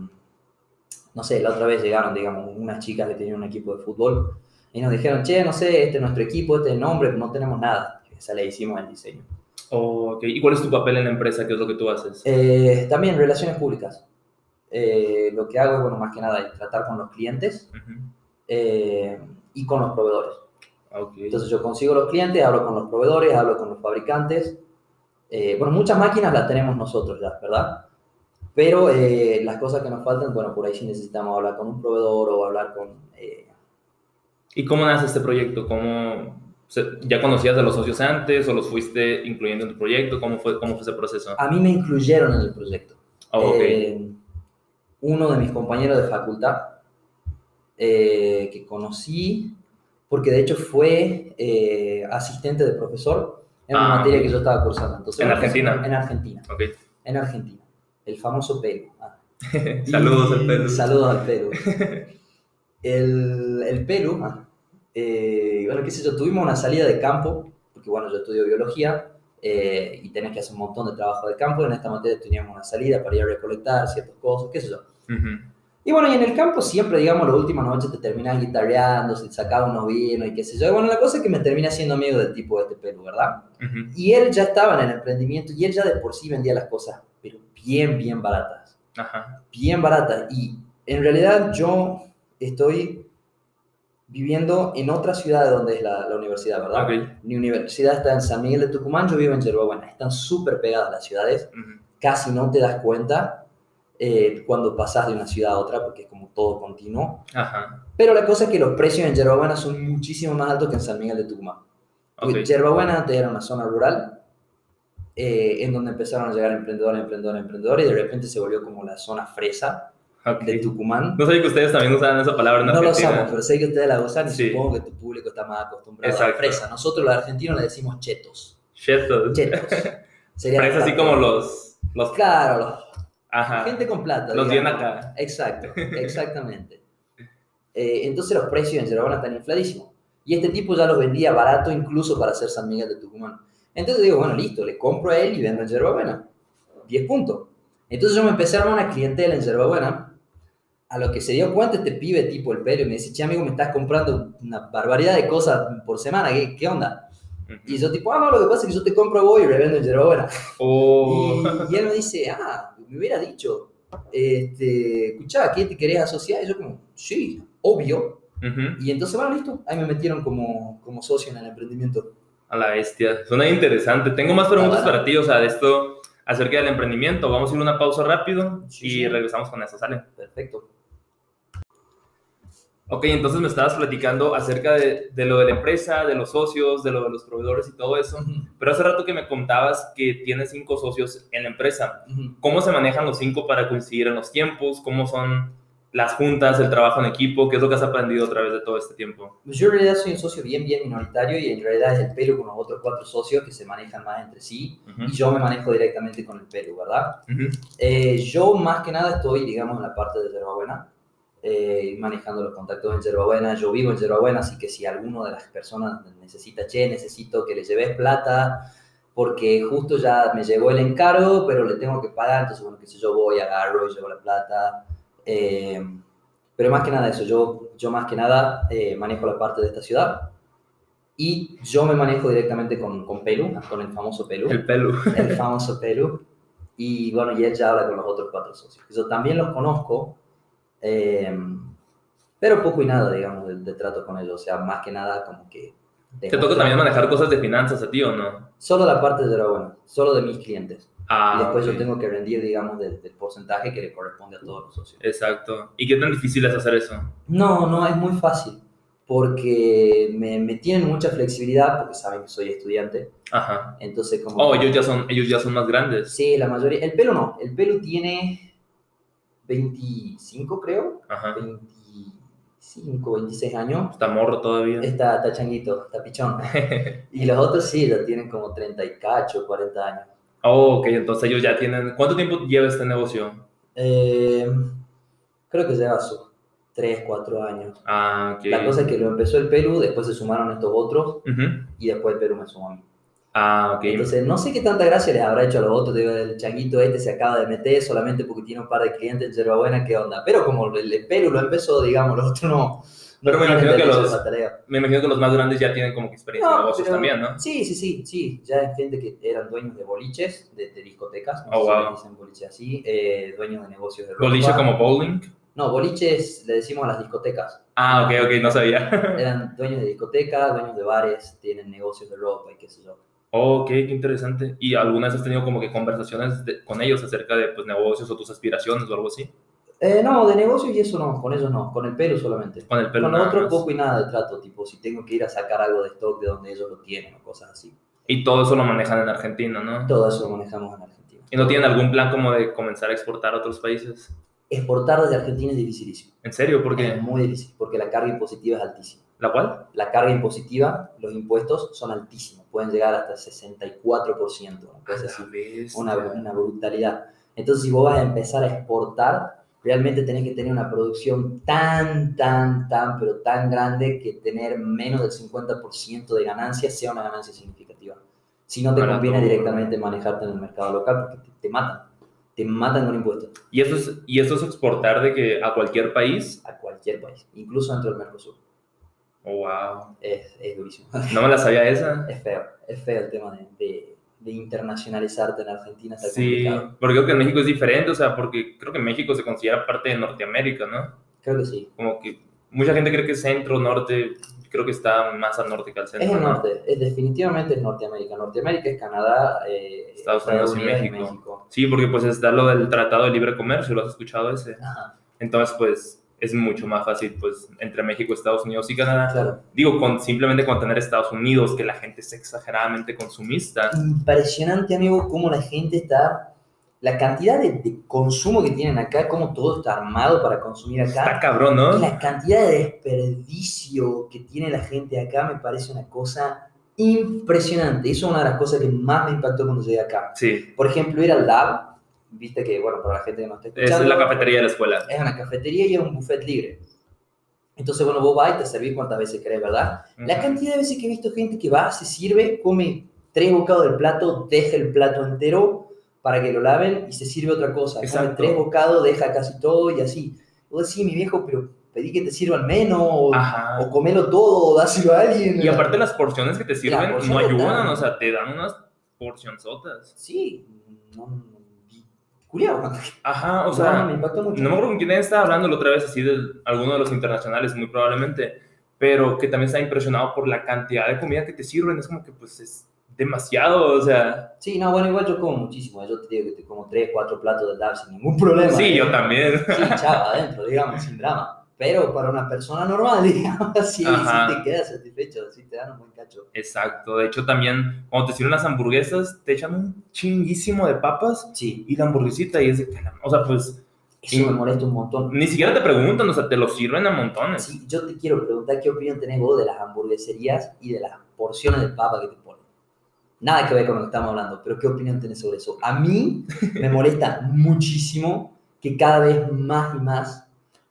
no sé, la otra vez llegaron, digamos, unas chicas que tenían un equipo de fútbol y nos dijeron, che, no sé, este es nuestro equipo, este es el nombre, no tenemos nada. Esa le hicimos el diseño. Oh, okay. ¿Y cuál es tu papel en la empresa? ¿Qué es lo que tú haces? Eh, también relaciones públicas. Eh, lo que hago es, bueno, más que nada, tratar con los clientes Uh-huh. eh, y con los proveedores. Okay. Entonces yo consigo los clientes, hablo con los proveedores, hablo con los fabricantes. Eh, bueno, muchas máquinas las tenemos nosotros ya, ¿verdad? Pero eh, las cosas que nos faltan, bueno, por ahí sí necesitamos hablar con un proveedor o hablar con... Eh... ¿Y cómo nace este proyecto? ¿Cómo se, ¿Ya conocías de los socios antes o los fuiste incluyendo en tu proyecto? ¿Cómo fue, cómo fue ese proceso? A mí me incluyeron en el proyecto. Oh, okay. eh, uno de mis compañeros de facultad, eh, que conocí, porque de hecho fue eh, asistente de profesor en una Ah, materia okay. que yo estaba cursando. Entonces, ¿En Argentina? En Argentina. Okay. En Argentina. El famoso Perú. Ah. Saludos y, al Perú. Saludos al Perú. El, el Perú, ah, eh, bueno, qué sé yo, tuvimos una salida de campo, porque bueno, yo estudio biología eh, y tenés que hacer un montón de trabajo de campo. En esta materia teníamos una salida para ir a recolectar ciertas cosas, qué sé yo. Uh-huh. Y bueno, y en el campo siempre, digamos, las últimas noches te terminás guitarreando, se sacaba unos vinos y qué sé yo. Y bueno, la cosa es que me terminé haciendo amigo del tipo de este Perú, ¿verdad? Uh-huh. Y él ya estaba en el emprendimiento y él ya de por sí vendía las cosas, pero bien, bien baratas. Ajá. Bien baratas. Y en realidad yo estoy viviendo en otra ciudad de donde es la, la universidad, ¿verdad? Okay. Mi universidad está en San Miguel de Tucumán, yo vivo en Yerba Buena. Están súper pegadas las ciudades, Uh-huh. casi no te das cuenta eh, cuando pasas de una ciudad a otra porque es como todo continuo. Ajá. Pero la cosa es que los precios en Yerba Buena son muchísimo más altos que en San Miguel de Tucumán. Okay. Yerba Buena antes era una zona rural eh, en donde empezaron a llegar emprendedores, emprendedores, emprendedores y de repente se volvió como la zona fresa Okay. de Tucumán. No sabía que ustedes también usaban esa palabra en No lo Argentina. usamos, pero sé que ustedes la usan y Sí. supongo que tu público está más acostumbrado Exacto. a la fresa. Nosotros los argentinos le decimos chetos. Chetos. Chetos. Sería Fresa así como los... los... Claro, los... Ajá. gente con plata. Los bien digamos. acá. Exacto, exactamente. Eh, entonces los precios en Yerba Buena están infladísimos. Y este tipo ya los vendía barato incluso para hacer San Miguel de Tucumán. Entonces digo, bueno, listo, le compro a él y vendo en Yerba Buena. diez puntos. Entonces yo me empecé a armar una clientela en Yerba Buena. A lo que se dio cuenta este pibe tipo el Perio y me dice, che amigo, me estás comprando una barbaridad de cosas por semana, ¿qué, qué onda? Uh-huh. Y yo tipo, ah, no, lo que pasa es que yo te compro a vos y revendo en Yerba Buena. Oh. Y, y él me dice, ah, me hubiera dicho, este, escuchá, ¿qué te querés asociar? Y yo como, sí, obvio. Uh-huh. Y entonces, bueno, listo, ahí me metieron como, como socio en el emprendimiento. A la bestia. Suena interesante. Tengo más preguntas Ah, para ti, o sea, de esto acerca del emprendimiento. Vamos a ir a una pausa rápido Sí, y sí. regresamos con eso, ¿sale? Perfecto. Ok, entonces me estabas platicando acerca de, de lo de la empresa, de los socios, de lo de los proveedores y todo eso, Ujú. pero hace rato que me contabas que tienes cinco socios en la empresa. Ujú. ¿Cómo se manejan los cinco para coincidir en los tiempos? ¿Cómo son las juntas, el trabajo en equipo? ¿Qué es lo que has aprendido a través de todo este tiempo? Yo en realidad soy un socio bien, bien minoritario y en realidad es el Perú con los otros cuatro socios que se manejan más entre sí Ujú. y yo me manejo directamente con el Perú, ¿verdad? Ujú. Eh, yo más que nada estoy, digamos, en la parte de Yerbabuena, eh, manejando los contactos en Yerbabuena. Yo vivo en Yerbabuena, así que si alguno de las personas necesita, che, necesito que le lleves plata, porque justo ya me llegó el encargo, pero le tengo que pagar, entonces, bueno, qué sé yo, voy, agarro y llevo la plata. Eh, pero más que nada eso, yo, yo más que nada eh, manejo la parte de esta ciudad y yo me manejo directamente con, con Pelu, con el famoso Pelu. El pelo. El famoso Pelu. Y bueno, y él ya habla con los otros cuatro socios. Yo también los conozco, eh, pero poco y nada, digamos, de, de trato con ellos. O sea, más que nada como que... ¿Te toca también manejar cosas de finanzas a ti o no? Solo la parte de la buena, solo de mis clientes. Ah, y después ok. yo tengo que rendir, digamos, del, del porcentaje que le corresponde a todos los socios. Exacto. ¿Y qué tan difícil es hacer eso? No, no, es muy fácil. Porque me, me tienen mucha flexibilidad, porque saben que soy estudiante. Ajá. Entonces, como... Oh, ellos ya son, ellos ya son más grandes. Sí, la mayoría. El pelo no. El pelo tiene veinticinco, creo. Ajá. veinticinco, veintiséis años. Está morro todavía. Está, está changuito, está pichón. Y los otros sí, ya tienen como treinta y cacho, cuarenta años. Oh, ok, entonces ellos ya tienen... ¿Cuánto tiempo lleva este negocio? Eh, creo que lleva sus tres, cuatro años. Ah, ok. La cosa es que lo empezó el Perú, después se sumaron estos otros Uh-huh. y después el Perú me sumó a mí. Ah, ok. Entonces, no sé qué tanta gracia les habrá hecho a los otros. Digo, el changuito este se acaba de meter solamente porque tiene un par de clientes en Yerbabuena, ¿qué onda? Pero como el, el Perú lo empezó, digamos, los otros no. no Pero me tienen imagino, que derecho los, de pataleo. me imagino que los más grandes ya tienen como que experiencia en No, negocios pero- también, ¿no? Sí, sí, sí, sí. Ya hay gente que eran dueños de boliches, de, de discotecas. No Oh, sé si wow. les dicen boliche así. Eh, dueños de negocios de ropa. ¿Boliche como bowling? No, boliches le decimos a las discotecas. Ah, ok, ok, no sabía. Eran dueños de discotecas, dueños de bares, tienen negocios de ropa y qué sé yo. Oh, ok, qué interesante. ¿Y alguna vez has tenido como que conversaciones de- con ellos acerca de pues, negocios o tus aspiraciones o algo así? Eh, no, de negocios y eso no, con ellos no, con el pelo solamente. Con el pelo Con los nada otros más. poco y nada de trato, tipo si tengo que ir a sacar algo de stock de donde ellos lo tienen o cosas así. Y todo eso lo manejan en Argentina, ¿no? Todo eso lo manejamos en Argentina. ¿Y no tienen algún plan como de comenzar a exportar a otros países? Exportar desde Argentina es dificilísimo. ¿En serio? ¿Por Es qué? muy difícil, porque la carga impositiva es altísima. ¿La cual? La carga impositiva, los impuestos son altísimos, pueden llegar hasta el sesenta y cuatro por ciento, una cosa así, una, una brutalidad. Entonces, si vos vas a empezar a exportar, realmente tenés que tener una producción tan, tan, tan, pero tan grande que tener menos del cincuenta por ciento de ganancias sea una ganancia significativa. Si no te Para conviene todo. directamente manejarte en el mercado local porque te, te matan, te matan con impuestos ¿Y eso, es, ¿Y eso es exportar de que a cualquier país? a cualquier país, incluso dentro del Mercosur. Oh, wow. Es, es durísimo. No me la sabía esa. Es feo, es feo el tema de, de, de internacionalizarte en Argentina. Está Sí, complicado. porque creo que en México es diferente, o sea, porque creo que México se considera parte de Norteamérica, ¿no? Creo que sí. Como que mucha gente cree que es centro, norte, creo que está más al norte que al centro. Es el ¿no? norte, es, definitivamente es Norteamérica. Norteamérica es Canadá, eh, Estados Unidos y México. México. Sí, porque pues está lo del Tratado de Libre Comercio, ¿lo has escuchado ese? Ajá, Entonces, pues es mucho más fácil, pues, entre México, Estados Unidos y Canadá. claro. Digo, con, simplemente con tener Estados Unidos, que la gente es exageradamente consumista. Impresionante, amigo, cómo la gente está... La cantidad de, de consumo que tienen acá, cómo todo está armado para consumir acá. Está cabrón, Y ¿no? la cantidad de desperdicio que tiene la gente acá me parece una cosa impresionante. Eso es una de las cosas que más me impactó cuando llegué acá. Sí, Por ejemplo, ir al lab, viste que, bueno, para la gente que no está es escuchando, la cafetería de la escuela. es una cafetería y es un buffet libre. Entonces, bueno, vos vas y te servís cuantas veces querés, ¿verdad? La Ujú. cantidad de veces que he visto gente que va, se sirve, come tres bocados del plato, deja el plato entero para que lo laven y se sirve otra cosa. Come Exacto. tres bocados, deja casi todo y así. Vos decís, mi viejo, pero pedí que te sirvan menos, o, Ajá. o comelo todo, o dáselo a alguien. Y aparte las porciones que te sirven no porciones ayudan, dan. o sea, te dan unas porcionzotas. Sí, no, no, culiao. Ajá, o No, sea, me impactó mucho. no me acuerdo con quién estaba hablando la otra vez, así de alguno de los internacionales, muy probablemente, pero que también está impresionado por la cantidad de comida que te sirven, es como que pues es demasiado, o sea... Sí, no, bueno, igual yo como muchísimo. Yo te digo que te como tres, cuatro platos del lab sin ningún problema. Sí, ¿eh? yo también. Sí, chao, adentro, digamos, sin drama. Pero para una persona normal, digamos, así, Ajá. sí te quedas satisfecho, así te dan un buen cacho. Exacto. De hecho, también cuando te sirven las hamburguesas, te echan un chinguísimo de papas Sí, y la hamburguesita y es de que, o sea, pues eso Y- me molesta un montón. ni siquiera te preguntan, o sea, te lo sirven a montones. Sí, yo te quiero preguntar qué opinión tenés vos de las hamburgueserías y de las porciones de papa que te ponen. Nada que ver con lo que estamos hablando, pero ¿qué opinión tenés sobre eso? A mí me molesta muchísimo que cada vez más y más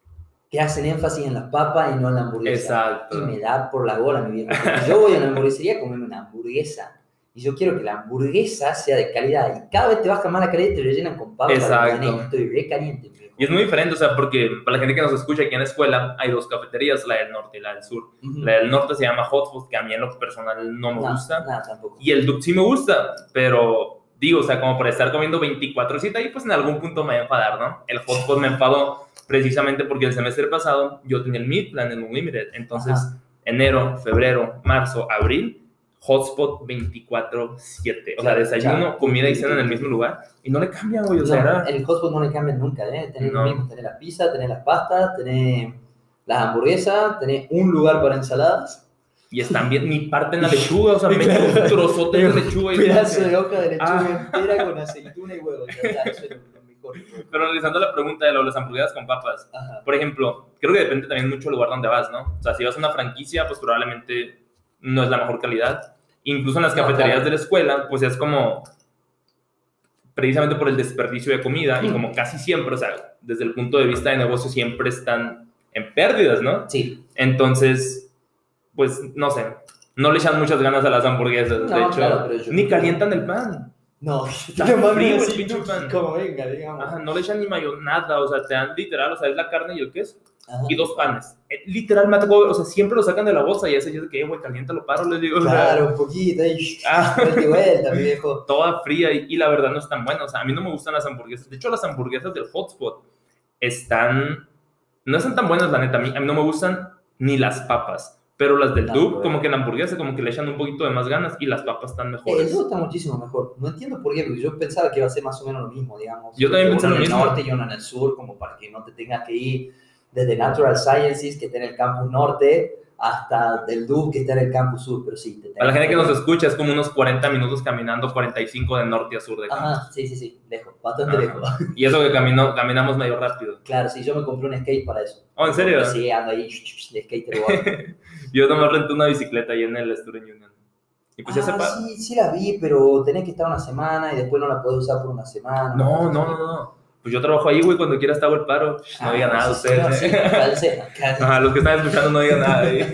que hacen énfasis en las papas y no en la hamburguesa. Exacto. Y me da por la bola, mi viejo. Porque yo voy a una hamburguesería a comerme una hamburguesa. Y yo quiero que la hamburguesa sea de calidad. Y cada vez te baja más la calidad y te rellenan con papas. Exacto. Para que estoy re caliente, mi viejo. Y es muy diferente, o sea, porque para la gente que nos escucha aquí en la escuela, hay dos cafeterías, la del norte y la del sur. Ujú. La del norte se llama Hot Food, que a mí en lo personal no me No, gusta. nada, tampoco. Y el Duke sí me gusta, pero digo, o sea, como para estar comiendo veinticuatro siete ahí, pues en algún punto me va a enfadar, ¿no? El Hot Food me enfadó precisamente porque el semestre pasado yo tenía el Meal Plan en Unlimited. Entonces, Ajá. enero, febrero, marzo, abril, Hotspot veinticuatro siete. O sea, Claro, desayuno, claro. comida y cena en el mismo lugar. Y no le cambian, güey. O sea, No, era... el hotspot no le cambian nunca, ¿eh? Tenés No. lo mismo, tenés la pizza, tenés las pastas, tenés las hamburguesas, tenés un lugar para ensaladas. Y están bien, ni parten la lechuga, o sea, meten un trozote de lechuga. Un Y pedazo de hoja de lechuga Ah. entera con aceituna y huevo. Ya está, eso es lo mejor. Pero analizando la pregunta de lo de las hamburguesas con papas, Ajá. por ejemplo, creo que depende también mucho del lugar donde vas, ¿no? O sea, si vas a una franquicia, pues probablemente no es la mejor calidad. Incluso en las No, cafeterías claro. de la escuela, pues es como precisamente por el desperdicio de comida y Mm. como casi siempre, o sea, desde el punto de vista de negocio siempre están en pérdidas, ¿no? Sí. Entonces, pues no sé, no le echan muchas ganas a las hamburguesas, de No, hecho, claro, pero yo- ni calientan el pan. No, Está te lo mandan frío el así, pinche pan. como venga, digamos. Ajá, no le echan ni mayonesa, o sea, te dan literal, o sea, es la carne y el queso Ajá. y dos panes. Eh, Literal, me ha tocado, o sea, siempre lo sacan de la bolsa y ese yo de que, güey, caliéntalo, paro, les digo, o sea, Claro, un poquito ahí. Ah. Vuelta y vuelta, mi viejo. toda fría y, y la verdad no es tan buena, o sea, a mí no me gustan las hamburguesas. De hecho, las hamburguesas del Hotspot están, no están tan buenas, la neta, a mí, a mí no me gustan ni las papas. Pero las del No, Duke, bueno. como que la hamburguesa, como que le echan un poquito de más ganas y las papas están El mejores. Duo está muchísimo mejor. No entiendo por qué, porque yo pensaba que iba a ser más o menos lo mismo, digamos. Yo también pensé uno lo en el mismo. norte y uno en el sur, como para que no te tengas que ir desde Natural Sciences, que está en el campus norte, hasta el Duke, que está en el campus sur, pero sí. Te Para la gente que tenés- nos escucha, es como unos cuarenta minutos caminando, cuarenta y cinco de norte a sur de campus. Ajá, sí, sí, sí, lejos, bastante Ajá. lejos. Y eso que caminó, caminamos medio rápido. Claro, sí, yo me compré un skate para eso. Oh, ¿en serio? Sí, ando ahí de skater board. Yo nomás renté una bicicleta ahí en el Student Union. Y pues ya se Ah, paga. sí, sí la vi, pero tenés que estar una semana y después no la podés usar por una semana. No, no, no, no. Pues yo trabajo ahí, güey, cuando quieras te hago el paro. No Ah, digan nada sí, ustedes. sí, ¿eh? sí, calcena, calcena. Ajá, los que están escuchando no digan nada ahí.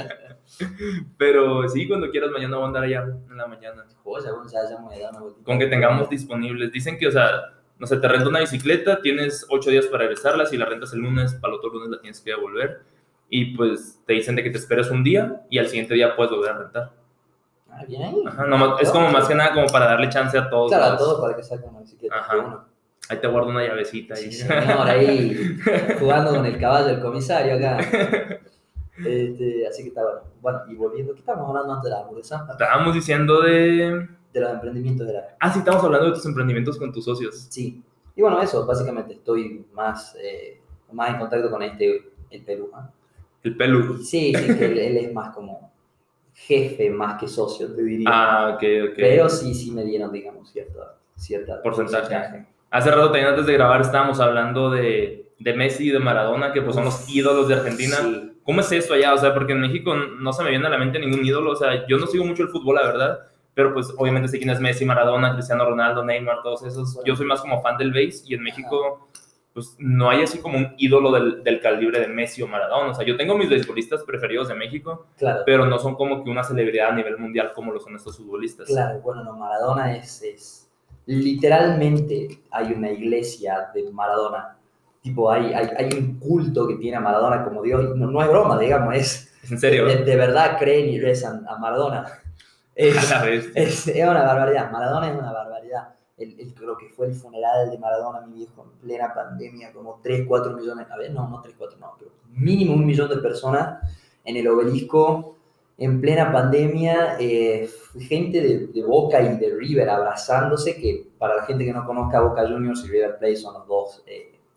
Pero sí, cuando quieras, mañana voy a andar allá en la mañana. Joya, bueno, ya, ya me voy a dar una vueltita. Con que tengamos disponibles. Dicen que, o sea, no sé, te renta una bicicleta, tienes ocho días para regresarla. Si la rentas el lunes, para el otro lunes la tienes que devolver. Y pues te dicen de que te esperes un día y al siguiente día puedes volver a rentar. Ah, bien ahí. Ajá, nomás- es como más que nada como para darle chance a todos. Claro, a los- todos para que saquen una bicicleta. Ajá. de uno. Ahí te guardo una llavecita. Ahí. Sí, señor, ahí jugando con el caballo del comisario acá. Este, así que está bueno. Bueno, y volviendo, ¿qué estábamos hablando antes de la hamburguesa? Estábamos diciendo de... De los emprendimientos de la... Ah, sí, estamos hablando de tus emprendimientos con tus socios. Sí. Y bueno, eso, básicamente estoy más, eh, más en contacto con este, el Perú. ¿Ah? El pelu. Sí, sí, que él, él es más como jefe más que socio, te diría. Ah, ok, ok. Pero sí, sí me dieron, digamos, cierta, cierta Porcentaje. Hace rato también antes de grabar estábamos hablando de, de Messi y de Maradona, que pues son los ídolos de Argentina. Sí. ¿Cómo es eso allá? O sea, porque en México no se me viene a la mente ningún ídolo. O sea, yo no sigo mucho el fútbol, la verdad. Pero pues obviamente sé quién es Messi, Maradona, Cristiano Ronaldo, Neymar, todos esos. Yo soy más como fan del base y en México pues no hay así como un ídolo del, del calibre de Messi o Maradona. O sea, yo tengo mis beisbolistas preferidos de México, Claro. pero no son como que una celebridad a nivel mundial como lo son estos futbolistas. Claro, bueno, no, Maradona es, es... Literalmente hay una iglesia de Maradona. Tipo, hay, hay, hay un culto que tiene a Maradona como Dios. No, no es broma, digamos, es... ¿Es en serio? De, de verdad creen y rezan a Maradona. Es, A la vez. es, es una barbaridad. Maradona es una barbaridad. El, el, creo que fue el funeral de Maradona, mi viejo, en plena pandemia, como tres, cuatro millones, a ver, no, no tres, cuatro, no, pero mínimo un millón de personas en el obelisco, en plena pandemia, eh, gente de, de Boca y de River abrazándose, que para la gente que no conozca, Boca Juniors y River Plate son los dos eh,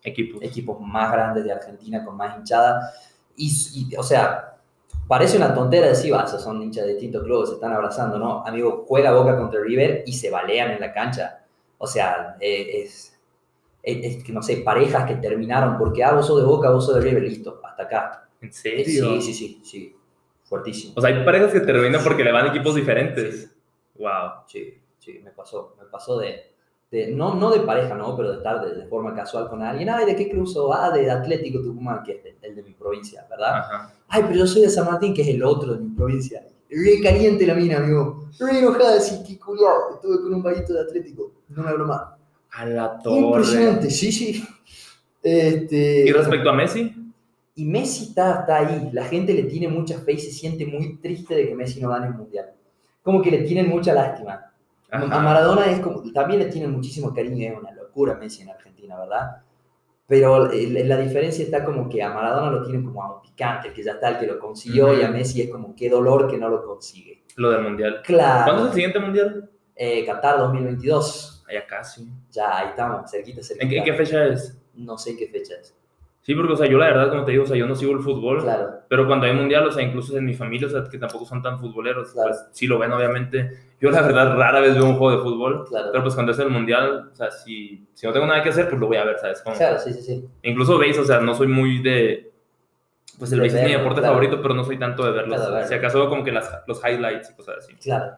equipos. equipos más grandes de Argentina con más hinchada. Y, y, o sea, parece una tontera decir, ah, esos son hinchas de distintos clubes, se están abrazando, ¿no? Amigo, juega Boca contra River y se balean en la cancha. O sea, eh, es, es, es que, no sé, parejas que terminaron porque, ah, vos sos de Boca, vos sos de River, listo, hasta acá. ¿En serio? Sí, sí, sí, sí, fuertísimo. O sea, hay parejas que terminan porque le van equipos diferentes. Sí. Wow. Sí, sí, me pasó, me pasó de, de no, no de pareja, ¿no? Pero de estar de, de forma casual con alguien. Ay, ¿de qué club sos? Ah, de Atlético Tucumán, que es de, el de mi provincia, ¿verdad? Ajá. Ay, pero yo soy de San Martín, que es el otro de mi provincia. Re caliente la mina, amigo. Re enojada, así que culiao. Estuve con un vaguito de Atlético, no me hablo más. A la torre. Impresionante, sí, sí. Este, ¿Y respecto a Messi? Y Messi está, está ahí. La gente le tiene mucha fe y se siente muy triste de que Messi no gane el Mundial. Como que le tienen mucha lástima. Ajá. A Maradona es como, también le tienen muchísimo cariño, es una locura Messi en Argentina, ¿verdad? Pero el, la diferencia está como que a Maradona lo tienen como a un picante, que ya está el que lo consiguió, uh-huh. Y a Messi es como qué dolor que no lo consigue. Lo del Mundial. Claro. ¿Cuándo es el siguiente Mundial? Eh, Qatar dos mil veintidós. Ya casi. Ya, ahí estamos, cerquita, cerquita. ¿En qué, en qué fecha es? No sé qué fecha es. Sí, porque, o sea, yo la verdad, como te digo, o sea, yo no sigo el fútbol, claro. Pero cuando hay mundial, o sea, incluso en mi familia, o sea, que tampoco son tan futboleros, claro. Pues sí lo ven, obviamente. Yo, la verdad, rara vez veo un juego de fútbol, claro. Pero pues cuando es el mundial, o sea, si, si no tengo nada que hacer, pues lo voy a ver, ¿sabes? Como, claro, sí, sí, sí. Incluso veis, o sea, no soy muy de... Pues el de béisbol es mi deporte claro. favorito, pero no soy tanto de verlos. Claro, si acaso como que las, los highlights y cosas así. Claro.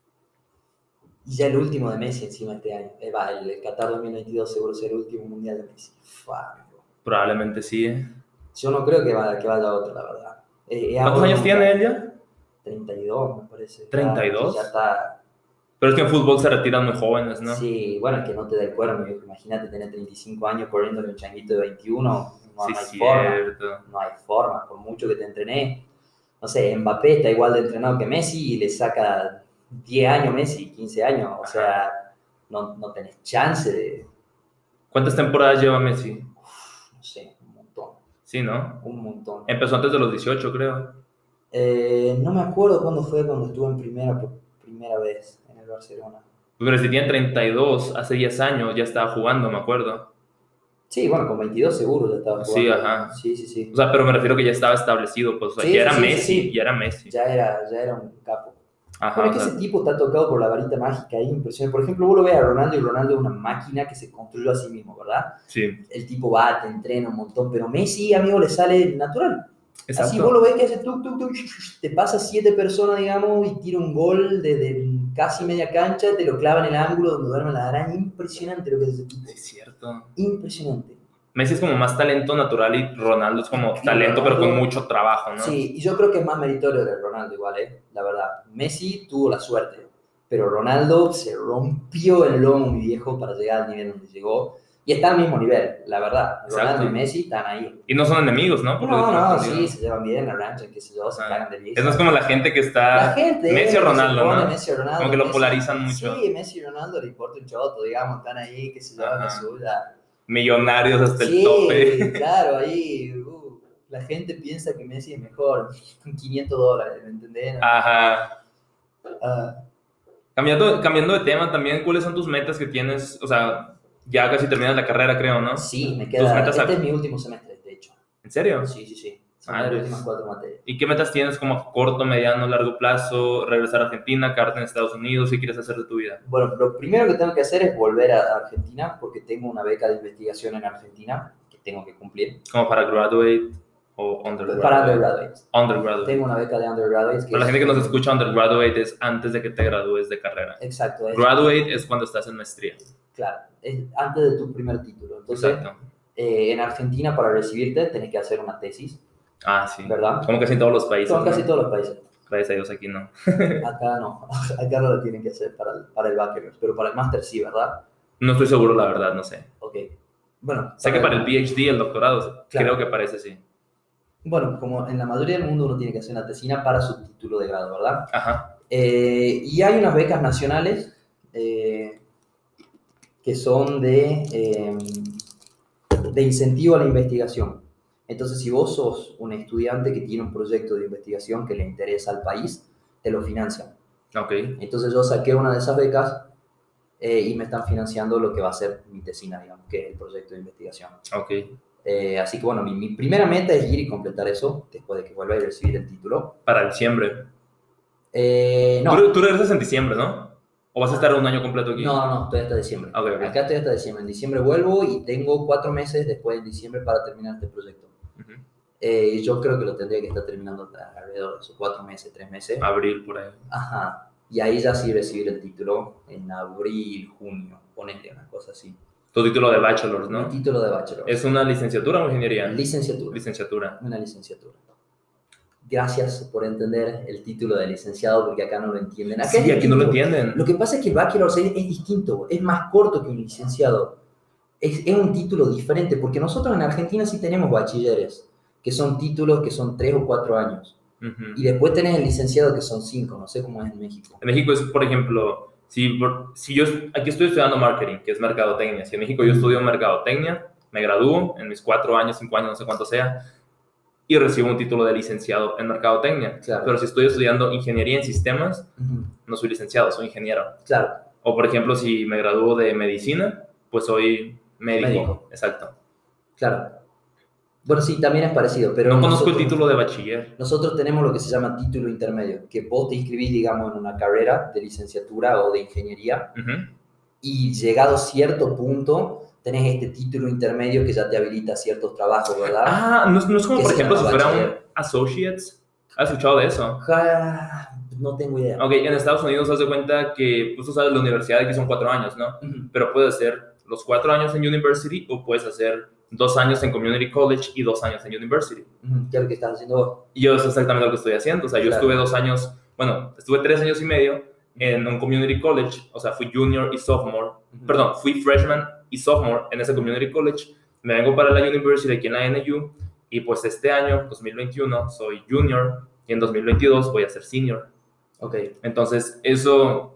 Y ya el último de Messi encima este año. Eh, va, el, el Qatar dos mil veintidós seguro será el último mundial de Messi. Fua, Probablemente sí, ¿eh? Yo no creo que vaya, que vaya otro, la verdad. Eh, ¿Cuántos años tiene él ya? treinta y dos, me parece. ¿treinta y dos? Ya está. Pero es que en fútbol se retiran muy jóvenes, ¿no? Sí, bueno, es que no te da el cuero, mi viejo. Imagínate tener treinta y cinco años corriéndole un changuito de veintiuno. No, sí, no hay cierto. forma. No hay forma, por mucho que te entrené. No sé, Mbappé está igual de entrenado que Messi y le saca diez años Messi, quince años. O sea, no, no tenés chance de... ¿Cuántas temporadas lleva Messi? Uf, no sé, un montón. Sí, ¿no? Un montón. Empezó antes de los dieciocho, creo. Eh, no me acuerdo cuándo fue cuando estuvo en primera por primera vez en el Barcelona. Pero si tiene treinta y dos, hace diez años ya estaba jugando, me acuerdo. Sí, bueno, con veintidós seguro ya estaba jugando. Sí, ajá. Sí, sí, sí. O sea, pero me refiero que ya estaba establecido, pues, o sea, sí, ya era sí, Messi, sí, sí. ya era Messi. Ya era, ya era un capo. Ajá, bueno, es que o sea, ese tipo está tocado por la varita mágica, ahí impresionante. Por ejemplo, vos lo ves a Ronaldo y Ronaldo es una máquina que se construyó a sí mismo, ¿verdad? Sí. El tipo va, te entrena un montón, pero Messi, amigo, le sale natural. Exacto. Así vos lo ves que hace tuk, tuk, tuk, te pasa siete personas, digamos, y tira un gol desde casi media cancha, te lo clava en el ángulo donde duerme la araña. Impresionante lo que es ese tipo. Es cierto. Impresionante. Messi es como más talento natural y Ronaldo es como talento, Ronaldo, pero con mucho trabajo, ¿no? Sí, y yo creo que es más meritorio de Ronaldo igual, ¿eh? La verdad. Messi tuvo la suerte, pero Ronaldo se rompió el lomo, mi viejo, para llegar al nivel donde llegó. Y está al mismo nivel, la verdad. Ronaldo Exacto. y Messi están ahí. Y no son enemigos, ¿no? Por No, no, entendido. sí, se llevan bien, la rancha, qué sé yo, se Ah. cagan de risa. Es más como la gente que está... La gente, Messi o eh, Ronaldo, se pone ¿no? Messi o Ronaldo. Como que lo Messi- polarizan mucho. Sí, Messi y Ronaldo le importa un choto, digamos, están ahí, qué sé yo, en la Ajá. suya. Millonarios hasta Sí, el tope. claro, ahí uh, la gente piensa que Messi es mejor, con quinientos dólares, ¿me entendés? Ajá. Ah, Cambiando, cambiando de tema también, ¿cuáles son tus metas que tienes? O sea, ya casi terminas la carrera, creo, ¿no? sí, me Tus queda, metas este a- es mi último semestre, de hecho. ¿En serio? Sí, sí, sí, son Madres. las últimas cuatro materias. ¿Y qué metas tienes como a corto, mediano, largo plazo? ¿Regresar a Argentina? ¿Quedarte en Estados Unidos? ¿Qué quieres hacer de tu vida? Bueno, lo primero que tengo que hacer es volver a Argentina, porque tengo una beca de investigación en Argentina que tengo que cumplir. ¿Como para graduate o undergraduate? Para undergraduates. Undergraduate. Tengo una beca de undergraduates. Que Para la es- gente que nos escucha, undergraduate es antes de que te gradúes de carrera. Exacto, es, Graduate es cuando estás en maestría. claro, es antes de tu primer título. Entonces, Exacto. eh, en Argentina para recibirte tenés que hacer una tesis, Ah, sí. ¿verdad? Como casi en todos los países. Son casi ¿no? todos los países. Gracias a Dios aquí no. Acá no, acá no lo tienen que hacer para el, para el bachelor, pero para el máster sí, ¿verdad? No estoy seguro, la verdad, no sé. Ok. Bueno, Sé que para el PhD, el doctorado, Claro. creo que parece sí. Bueno, como en la mayoría del mundo uno tiene que hacer una tesina para su título de grado, ¿verdad? Ajá. Eh, y hay unas becas nacionales eh, que son de, eh, de incentivo a la investigación. Entonces, si vos sos un estudiante que tiene un proyecto de investigación que le interesa al país, te lo financian. Ok. Entonces yo saqué una de esas becas eh, y me están financiando lo que va a ser mi tesina, digamos, que es el proyecto de investigación. Ok. Eh, así que bueno, mi, mi primera meta es ir y completar eso después de que vuelva a recibir el título. Para diciembre. Eh, no. Tú, tú regresas en diciembre, ¿no? ¿O vas a estar un año completo aquí? No, no, estoy hasta diciembre. Okay, okay. Acá estoy hasta diciembre. En diciembre vuelvo y tengo cuatro meses después de diciembre para terminar este proyecto. Uh-huh. eh, yo creo que lo tendría que estar terminando alrededor de esos cuatro meses, tres meses. Abril, por ahí. Ajá. Y ahí ya sí recibir el título en abril, junio, ponete una cosa así. Tu título de bachelor, ¿no? Mi título de bachelor. ¿Es una licenciatura o ingeniería? Licenciatura. Licenciatura. Una licenciatura. Gracias por entender el título de licenciado, porque acá no lo entienden. Acá sí, aquí no lo entienden. Lo que pasa es que el bachelor es, es distinto, es más corto que un licenciado. Es, es un título diferente, porque nosotros en Argentina sí tenemos bachilleres, que son títulos que son tres o cuatro años. Uh-huh. Y después tenés el licenciado, que son cinco, no sé cómo es en México. En México es, por ejemplo, si, si yo aquí estoy estudiando marketing, que es mercadotecnia. Si en México yo estudio mercadotecnia, me gradúo en mis cuatro años, cinco años, no sé cuánto sea, y recibo un título de licenciado en mercadotecnia. Claro. Pero si estoy estudiando ingeniería en sistemas, uh-huh. no soy licenciado, soy ingeniero. Claro. O, por ejemplo, si me gradúo de medicina, pues soy médico. médico. Exacto. Claro. Bueno, sí, también es parecido, pero... No nosotros, conozco el título de bachiller. Nosotros tenemos lo que se llama título intermedio, que vos te inscribís, digamos, en una carrera de licenciatura o de ingeniería, uh-huh. y llegado cierto punto... tenés este título intermedio que ya te habilita ciertos trabajos, ¿verdad? Ah, no, no es como, por ejemplo, si fuera un associates. ¿Has escuchado de eso? Ja, no tengo idea. Ok, en Estados Unidos haz de cuenta que, pues tú sabes, la universidad aquí son cuatro años, ¿no? Uh-huh. Pero puedes hacer los cuatro años en university o puedes hacer dos años en community college y dos años en university. Uh-huh. ¿Qué es lo que estás haciendo vos? Y yo es exactamente lo que estoy haciendo. O sea, yo claro. estuve dos años, bueno, estuve tres años y medio en un community college, o sea, fui junior y sophomore, uh-huh. perdón, fui freshman y sophomore en ese community college. Me vengo para la university aquí en la N U y pues este año, dos mil veintiuno, soy junior y en dos mil veintidós voy a ser senior. Ok. Entonces, eso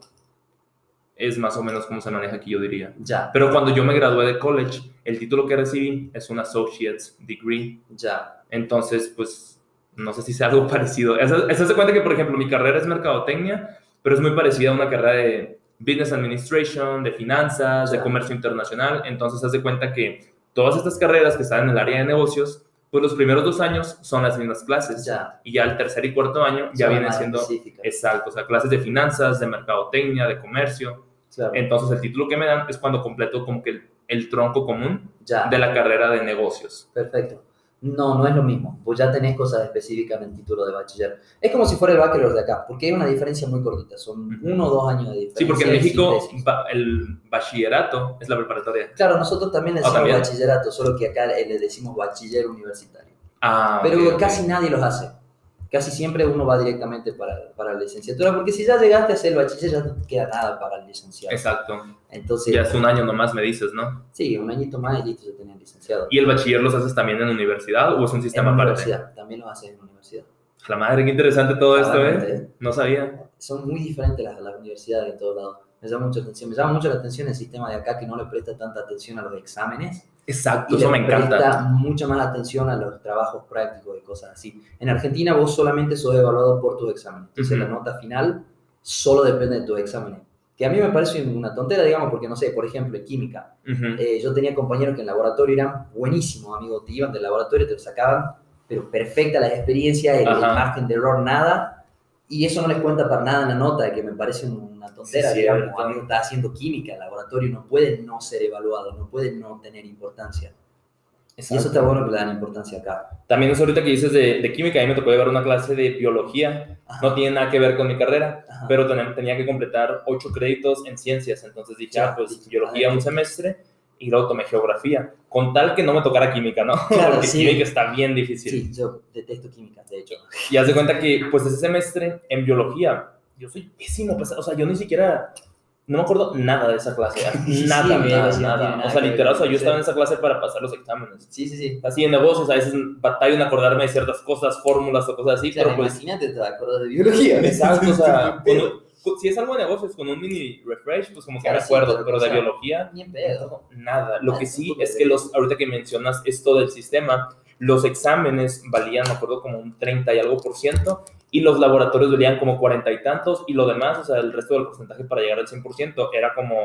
es más o menos como se maneja aquí, yo diría. Ya. Pero cuando yo me gradué de college, el título que recibí es un associate's degree. Ya. Entonces, pues, no sé si sea algo parecido. Eso, eso se cuenta que, por ejemplo, mi carrera es mercadotecnia, pero es muy parecida a una carrera de business administration, de finanzas, ya. de comercio internacional. Entonces, haz de cuenta que todas estas carreras que están en el área de negocios, pues los primeros dos años son las mismas clases. Ya. Y ya el tercer y cuarto año ya son vienen siendo... específicas. Exacto, o sea, clases de finanzas, de mercadotecnia, de comercio. Claro. Entonces, el título que me dan es cuando completo como que el, el tronco común ya. de la carrera de negocios. Perfecto. No, no es lo mismo. Vos ya tenés cosas específicas en el título de bachiller. Es como si fuera el bachelor de acá, porque hay una diferencia muy cortita. Son uh-huh. uno o dos años de diferencia. Sí, porque en México ba- el bachillerato es la preparatoria. Claro, nosotros también le decimos ¿también? bachillerato, solo que acá le decimos bachiller universitario. Ah, Pero okay, casi okay. nadie los hace. Casi siempre uno va directamente para, para la licenciatura, porque si ya llegaste a hacer el bachiller, ya no te queda nada para el licenciado. Exacto. Entonces, ya es un año nomás, me dices, ¿no? Sí, un añito más y listo, ya tenés licenciado. ¿Y el bachiller los haces también en universidad o es un sistema en aparte? Universidad, también los haces en universidad. La madre, qué interesante todo esto, ¿eh? ¿eh? No sabía. Son muy diferentes las, las universidades de todos lados. Me llama mucho la atención. Me llama mucho la atención el sistema de acá, que no le presta tanta atención a los exámenes. Exacto, y eso le me encanta. Presta mucha más atención a los trabajos prácticos y cosas así. En Argentina vos solamente sos evaluado por tus exámenes. Entonces uh-huh. la nota final solo depende de tus exámenes. Que a mí me parece una tontera, digamos, porque no sé, por ejemplo, en química. Uh-huh. Eh, yo tenía compañeros que en laboratorio eran buenísimos, amigos. Te iban del laboratorio, te lo sacaban, pero perfecta la experiencia, el, el margen de error, nada. Y eso no les cuenta para nada en la nota, que me parece una tontera. Sí, digamos, cierto. amigo está haciendo química, el laboratorio no puede no ser evaluado, no puede no tener importancia. Exacto. Y eso está bueno que le dan importancia acá. También es ahorita que dices de, de química, a mí me tocó llevar una clase de biología. Ajá. No tiene nada que ver con mi carrera, Ajá. pero ten, tenía que completar ocho créditos en ciencias. Entonces dije, ah, pues biología un semestre y luego tomé geografía. Con tal que no me tocara química, ¿no? Claro, porque sí. química está bien difícil. Sí, yo detesto química, de hecho. Y haz de cuenta que, pues, ese semestre en biología, yo soy pésimo, pues, o sea, yo ni siquiera, no me acuerdo nada de esa clase, nada, sí, nada, sí, nada. nada. O sea, literal, o sea, yo sí. estaba en esa clase para pasar los exámenes. Sí, sí, sí. Así en negocios, a veces batallo en acordarme de ciertas cosas, fórmulas o cosas así, o sea, pero pues... imagínate, te acuerdas de biología. Exacto, o sea, cuando, si es algo de negocios con un mini refresh, pues como que claro, me acuerdo, sí, pero de sea, biología, ni en pedo. Nada. Lo que sí es que los, ahorita que mencionas esto del sistema, los exámenes valían, me acuerdo, como un treinta y algo por ciento, y los laboratorios valían como cuarenta y tantos, y lo demás, o sea, el resto del porcentaje para llegar al cien por ciento era como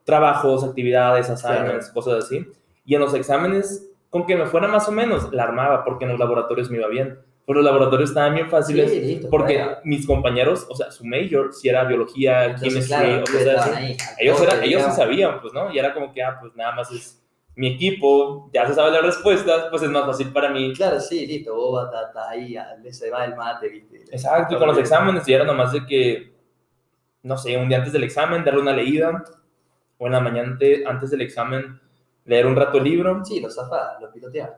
trabajos, actividades, assignments, Claro. cosas así. Y en los exámenes, con que me fuera más o menos, la armaba, porque en los laboratorios me iba bien. Pero los laboratorios estaban bien fáciles, Sí, listo, porque fuera. mis compañeros, o sea, su major, si era biología, Entonces, chemistry, claro, o los cosas estaban así, ahí, al ellos, toque, era, ellos sí digamos. sabían, pues, ¿no? Y era como que, ah, pues nada más es mi equipo, ya se sabe las respuestas, pues es más fácil para mí. Claro, sí, listo, vos estás estás ahí, le se va el mate, ¿viste? Exacto, y con los exámenes, y era nomás de que, no sé, un día antes del examen, darle una leída, o en la mañana ante- antes del examen, leer un rato el libro. Sí, lo zafás, lo piloteás.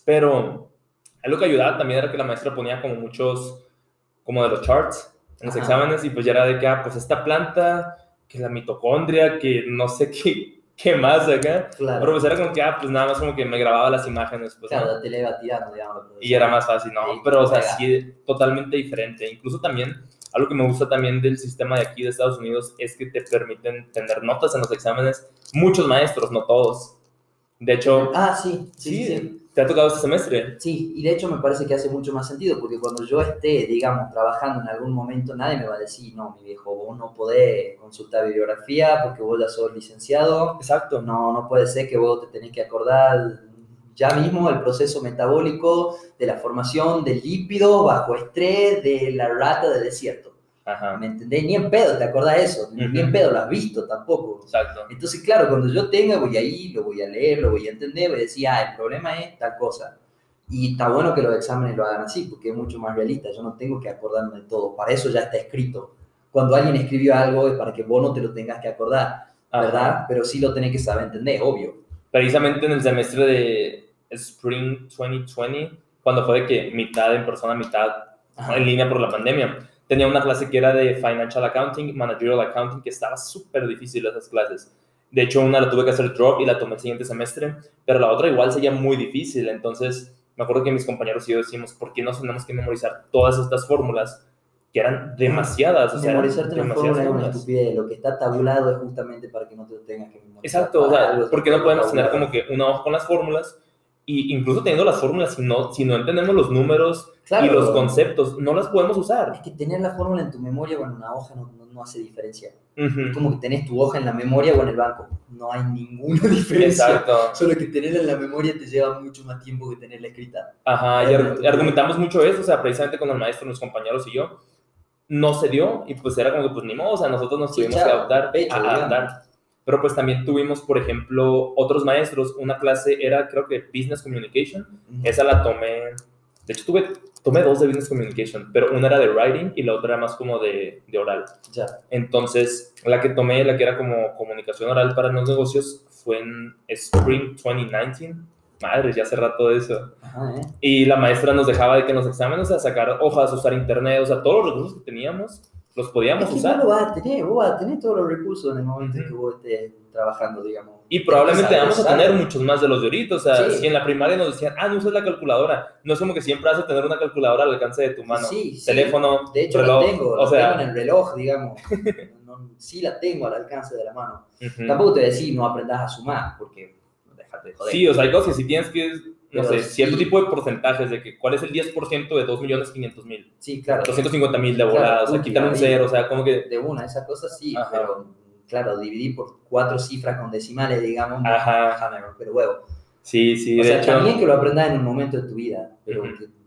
Pero algo que ayudaba también era que la maestra ponía como muchos, como de los charts en los Ajá. exámenes, y pues ya era de que, ah, pues esta planta, que la mitocondria, que no sé qué, qué más acá. Claro. Pero pues era como que, ah, pues nada más como que me grababa las imágenes, pues, Claro, ¿no? te le iba tirando, digamos. lo Y era más fácil, ¿no? Sí, Pero, o sea, pega. sí, totalmente diferente. Incluso también, algo que me gusta también del sistema de aquí de Estados Unidos es que te permiten tener notas en los exámenes. Muchos maestros, no todos. De hecho, Ah, sí, sí, sí, sí, sí. ¿te ha tocado este semestre? Sí, y de hecho me parece que hace mucho más sentido, porque cuando yo esté, digamos, trabajando en algún momento, nadie me va a decir, no, mi viejo, vos no podés consultar bibliografía porque vos ya sos licenciado, Exacto. no, no puede ser que vos te tenés que acordar ya mismo el proceso metabólico de la formación del lípido bajo estrés de la rata de desierto. Ajá. ¿Me entendés? Ni en pedo te acordás eso, ni Ujú. en pedo lo has visto tampoco. Exacto. Entonces, claro, cuando yo tenga, voy a ir, lo voy a leer, lo voy a entender, voy a decir, ah, el problema es tal cosa. Y está bueno que los exámenes lo hagan así, porque es mucho más realista. Yo no tengo que acordarme de todo, para eso ya está escrito. Cuando alguien escribió algo es para que vos no te lo tengas que acordar, ¿verdad? Ajá. Pero sí lo tenés que saber entender, obvio. Precisamente en el semestre de Spring veinte veinte, cuando fue de que mitad en persona, mitad Ajá. en línea por la pandemia, tenía una clase que era de Financial Accounting, Managerial Accounting, que estaba súper difícil esas clases. De hecho, una la tuve que hacer drop y la tomé el siguiente semestre, pero la otra igual seguía muy difícil. Entonces, me acuerdo que mis compañeros y yo decimos, ¿por qué no tenemos que memorizar todas estas fórmulas? Que eran demasiadas. O sea, Memorizarte eran una demasiadas fórmula es una fórmulas. estupidez. Lo que está tabulado es justamente para que no te lo tengas que memorizar. Exacto, o Para sea, algo es porque no podemos tener tabulado. como que una hoja con las fórmulas, y incluso teniendo las fórmulas, si no, si no entendemos los números Claro. y los conceptos, no las podemos Es usar. que tener la fórmula en tu memoria o en una hoja no, no, no hace diferencia. Ujú. Es como que tenés tu hoja en la memoria o en el banco. No hay ninguna diferencia. Exacto. Solo que tenerla en la memoria te lleva mucho más tiempo que tenerla escrita. Ajá, y Es ar- una estupidez. argumentamos mucho eso, o sea, precisamente con el maestro, mis compañeros y yo, no se dio, y pues era como que, pues ni modo, o sea, nosotros nos Sí, tuvimos chao, que adaptar, pecho, a, digamos. adaptar. Pero pues también tuvimos, por ejemplo, otros maestros, una clase era, creo que Business Communication, Ujú. esa la tomé, de hecho tuve, tomé dos de Business Communication, pero una era de writing y la otra era más como de, de oral. Ya. Entonces, la que tomé, la que era como comunicación oral para los negocios, fue en Spring veinte diecinueve. Madre, ya hace rato de eso. Ajá, ¿eh? Y la maestra nos dejaba de que en los exámenes, o sea, sacar hojas, usar internet, o sea, todos los recursos que teníamos, los podíamos Es que usar. vos lo vas a tener, vos vas a tener todos los recursos en el momento en Ujú. que vos estés trabajando, digamos. Y probablemente Tenés que vamos a saber tener usarlo. muchos más de los de ahorita. O sea, Sí. si en la primaria nos decían, ah, no usas la calculadora, no es como que siempre vas a tener una calculadora al alcance de tu mano. Sí, sí. Teléfono, De hecho, reloj, la tengo, o la sea, tengo en el reloj, digamos. No, no, sí la tengo al alcance de la mano. ujú. Tampoco te voy a decir no aprendas a sumar, porque déjate de joder. Sí, o sea, hay cosas que si tienes que, no Pero sé, sí. cierto tipo de porcentajes de que cuál es el diez por ciento de dos millones quinientos mil, Sí, claro. doscientos cincuenta mil de Claro, volada, o sea, útil, quitarle un ahí. cero, o sea, como que, De una, esa cosa sí, Ajá. pero claro, dividir por cuatro cifras con decimales, digamos, Ajá. déjame romper huevo. sí, sí, O de sea, hecho. también que lo aprendas en un momento de tu vida, pero Ujú. que,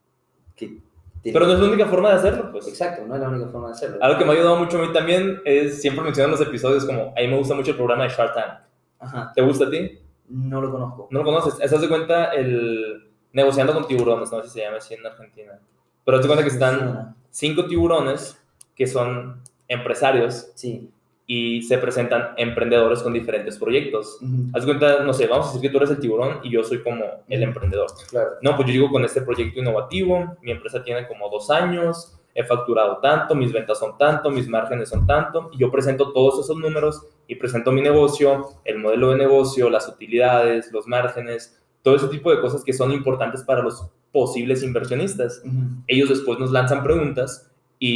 que te- Pero no es la única forma de hacerlo, pues. Exacto, no es la única forma de hacerlo. Algo que me ha ayudado mucho a mí también es, siempre menciono en los episodios, como, a mí me gusta mucho el programa de Shark Tank. Ajá, ¿Te gusta a ti? no lo conozco. ¿No lo conoces? Eso de cuenta el negociando con tiburones, no sé si se llama así en Argentina. Pero haz de cuenta que están cinco tiburones que son empresarios Sí. y se presentan emprendedores con diferentes proyectos. Ujú. Haz de cuenta, no sé, vamos a decir que tú eres el tiburón y yo soy como el Ujú. emprendedor. Claro. No, pues yo llego con este proyecto innovativo, mi empresa tiene como dos años, he facturado tanto, mis ventas son tanto, mis márgenes son tanto, y yo presento todos esos números y presento mi negocio, el modelo de negocio, las utilidades, los márgenes, todo ese tipo de cosas que son importantes para los posibles inversionistas. Ujú. Ellos después nos lanzan preguntas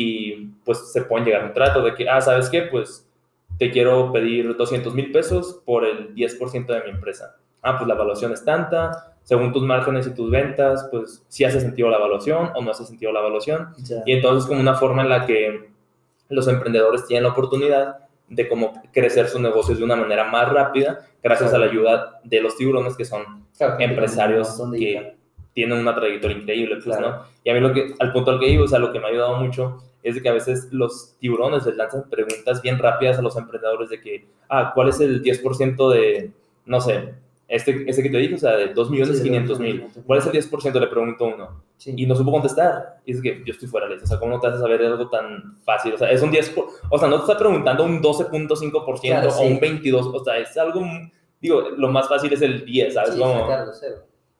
y pues se pueden llegar a un trato de que, ah, ¿sabes qué? Pues te quiero pedir doscientos mil pesos por el diez por ciento de mi empresa. Ah, pues la evaluación es tanta, según tus márgenes y tus ventas, pues si hace sentido la evaluación o no hace sentido la evaluación. Ya. Y entonces como una forma en la que los emprendedores tienen la oportunidad de cómo crecer sus negocios de una manera más rápida gracias Claro. a la ayuda de los tiburones, que son Claro, gente empresarios con un montón de que guita. tienen una trayectoria increíble, pues, Claro. ¿no? Y a mí lo que, al punto al que iba, o sea, lo que me ha ayudado mucho es de que a veces los tiburones les lanzan preguntas bien rápidas a los emprendedores de que, ah, ¿cuál es el diez por ciento de, no sé, este, este que te dije, o sea, de dos millones Sí, quinientos mil? dos millones. ¿Cuál es el diez por ciento? Le pregunto a uno. Sí. Y no supo contestar. Y es que yo estoy fuera de eso. O sea, ¿cómo no te haces saber algo tan fácil? O sea, es un diez por ciento. O sea, no te está preguntando un doce punto cinco por ciento Claro, o sí. un veintidós por ciento. O sea, es algo... Digo, lo más fácil es el diez, ¿sabes? Sí, Como, sacarlo cero.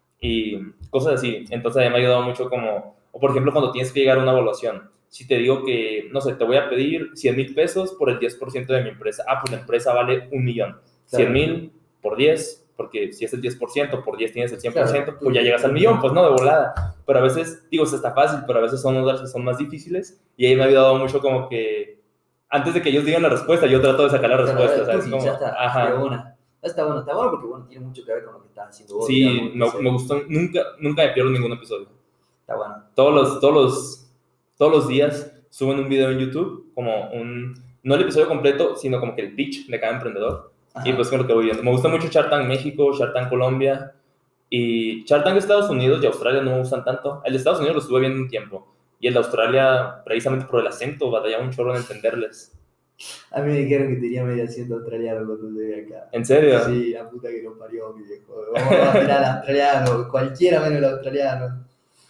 y cosas así. Entonces, a mí me ha ayudado mucho como... O, por ejemplo, cuando tienes que llegar a una evaluación. Si te digo que, no sé, te voy a pedir cien mil pesos por el diez por ciento de mi empresa. Ah, pues la empresa vale un millón. cien mil por diez, porque si es el diez por ciento, por diez tienes el cien por ciento, Claro. pues ya llegas al millón, pues no, de volada. Pero a veces, digo, se está fácil, pero a veces son números que son más difíciles, y ahí me ha ayudado mucho como que, antes de que ellos digan la respuesta, yo trato de sacar la Claro, respuesta, tú ¿sabes? sí, Como, ya está, ajá. de una. Está bueno, está bueno porque bueno, tiene mucho que ver con lo que estás haciendo vos. Sí, digamos, me, entonces, me gustó, nunca, nunca me pierdo ningún episodio. Está bueno. Todos los, todos los, todos los días suben un video en YouTube, como un, no el episodio completo, sino como que el pitch de cada emprendedor. Ajá. Y pues con lo que voy viendo. Me gusta mucho Shark Tank México, Shark Tank Colombia, y Shark Tank Estados Unidos y Australia no me gustan tanto. El de Estados Unidos lo estuve viendo un tiempo, y el de Australia, precisamente por el acento, batallaba un chorro en entenderles. A mí me dijeron que tenía medio acento australiano cuando llegué acá. ¿En serio? Sí, la puta que nos parió, mi viejo. Vamos a mirar al australiano, cualquiera menos el australiano.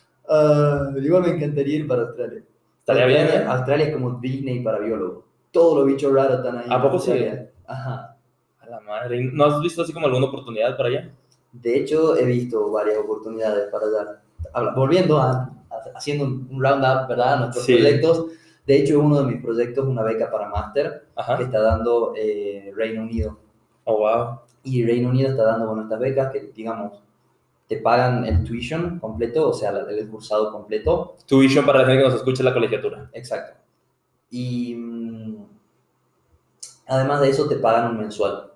Uh, igual me encantaría ir para Australia. Estaría bien, ¿eh? Australia es como Disney para biólogos. Todos los bichos raros están ahí. ¿A en poco sí? Australia. Ajá. A la madre. ¿No has visto así como alguna oportunidad para allá? De hecho, he visto varias oportunidades para allá. Habla- Volviendo a, a- haciendo un un roundup, ¿verdad? A nuestros Sí. proyectos. De hecho, uno de mis proyectos es una beca para máster que Ajá. está dando eh, Reino Unido. Oh, wow. Y Reino Unido está dando, bueno, estas becas que, digamos, te pagan el tuition completo, o sea, el, el cursado completo. Tuition para la gente que nos escucha en la colegiatura. Exacto. Y mm, además de eso te pagan un mensual,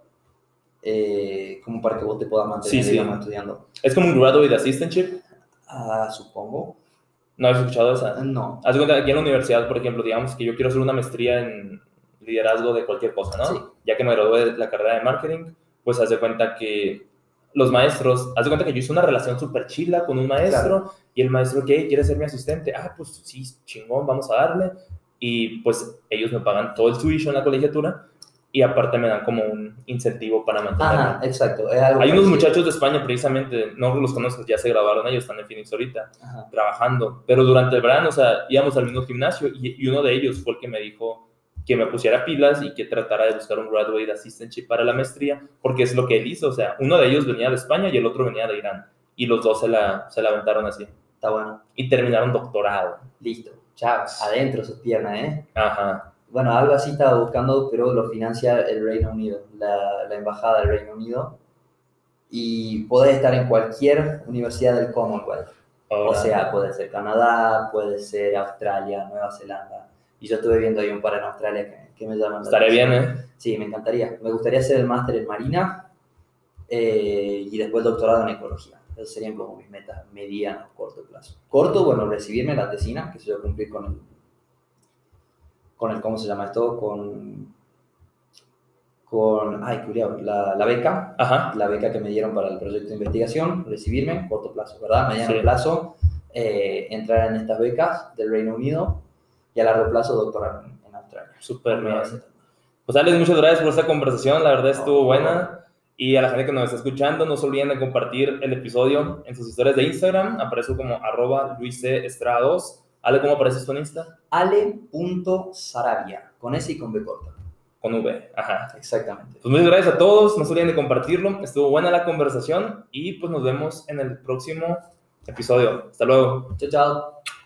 eh, como para que vos te puedas mantener, Sí, sí. digamos, estudiando. ¿Es como un graduate assistantship? Ah, supongo. ¿No has escuchado esa? No. Haz de cuenta, aquí en la universidad, por ejemplo, digamos que yo quiero hacer una maestría en liderazgo de cualquier cosa, ¿no? Sí. Ya que me gradué de la carrera de marketing, pues haz de cuenta que los maestros, haz de cuenta que yo hice una relación súper chila con un maestro, Claro. y el maestro, ¿qué? ¿Quiere ser mi asistente? Ah, pues sí, chingón, vamos a darle. Y pues ellos me pagan todo el tuition en la colegiatura, y aparte me dan como un incentivo para mantenerme. Ajá, exacto. Es algo Hay unos parecido. muchachos de España, precisamente, no los conozco, ya se graduaron ellos, están en Phoenix ahorita, Ajá. trabajando, pero durante el verano, o sea, íbamos al mismo gimnasio, y, y uno de ellos fue el que me dijo que me pusiera pilas y que tratara de buscar un graduate assistantship para la maestría, porque es lo que él hizo, o sea, uno de ellos venía de España y el otro venía de Irán, y los dos se la, se la aventaron así, Está bueno. y terminaron doctorado. Listo. Chao. Adentro sus piernas, ¿eh? Ajá. Bueno, algo así estaba buscando, pero lo financia el Reino Unido, la, la embajada del Reino Unido. Y podés estar en cualquier universidad del Commonwealth. Ahora, O sea, puede ser Canadá, puede ser Australia, Nueva Zelanda. Y yo estuve viendo ahí un par en Australia que, que me llaman la estaré bien, atención. ¿eh? Sí, me encantaría. Me gustaría hacer el máster en Marina eh, y después el doctorado en Ecología. Esas serían como mis metas medianas, corto plazo. Corto, bueno, recibirme la tesina, que se yo cumplir con el, con el, ¿cómo se llama esto? Con, con, ay, cuidado, la, la beca. Ajá. La beca que me dieron para el proyecto de investigación, recibirme, corto plazo, ¿verdad? Mediano Sí. plazo, eh, entrar en estas becas del Reino Unido y a largo plazo doctorar en, en Australia. Súper bien. Nueva Zelanda. Pues Alex, muchas gracias por esta conversación, la verdad estuvo No, buena. Y a la gente que nos está escuchando, no se olviden de compartir el episodio en sus historias de Instagram. Aparezco como arroba luis c estrada dos. Ale, ¿cómo apareces tú en Insta? Ale.sarabia, con S y con B corta. Con V, ajá. Exactamente. Pues muchas gracias a todos, no se olviden de compartirlo. Estuvo buena la conversación y pues nos vemos en el próximo episodio. Hasta luego. Chao, chao.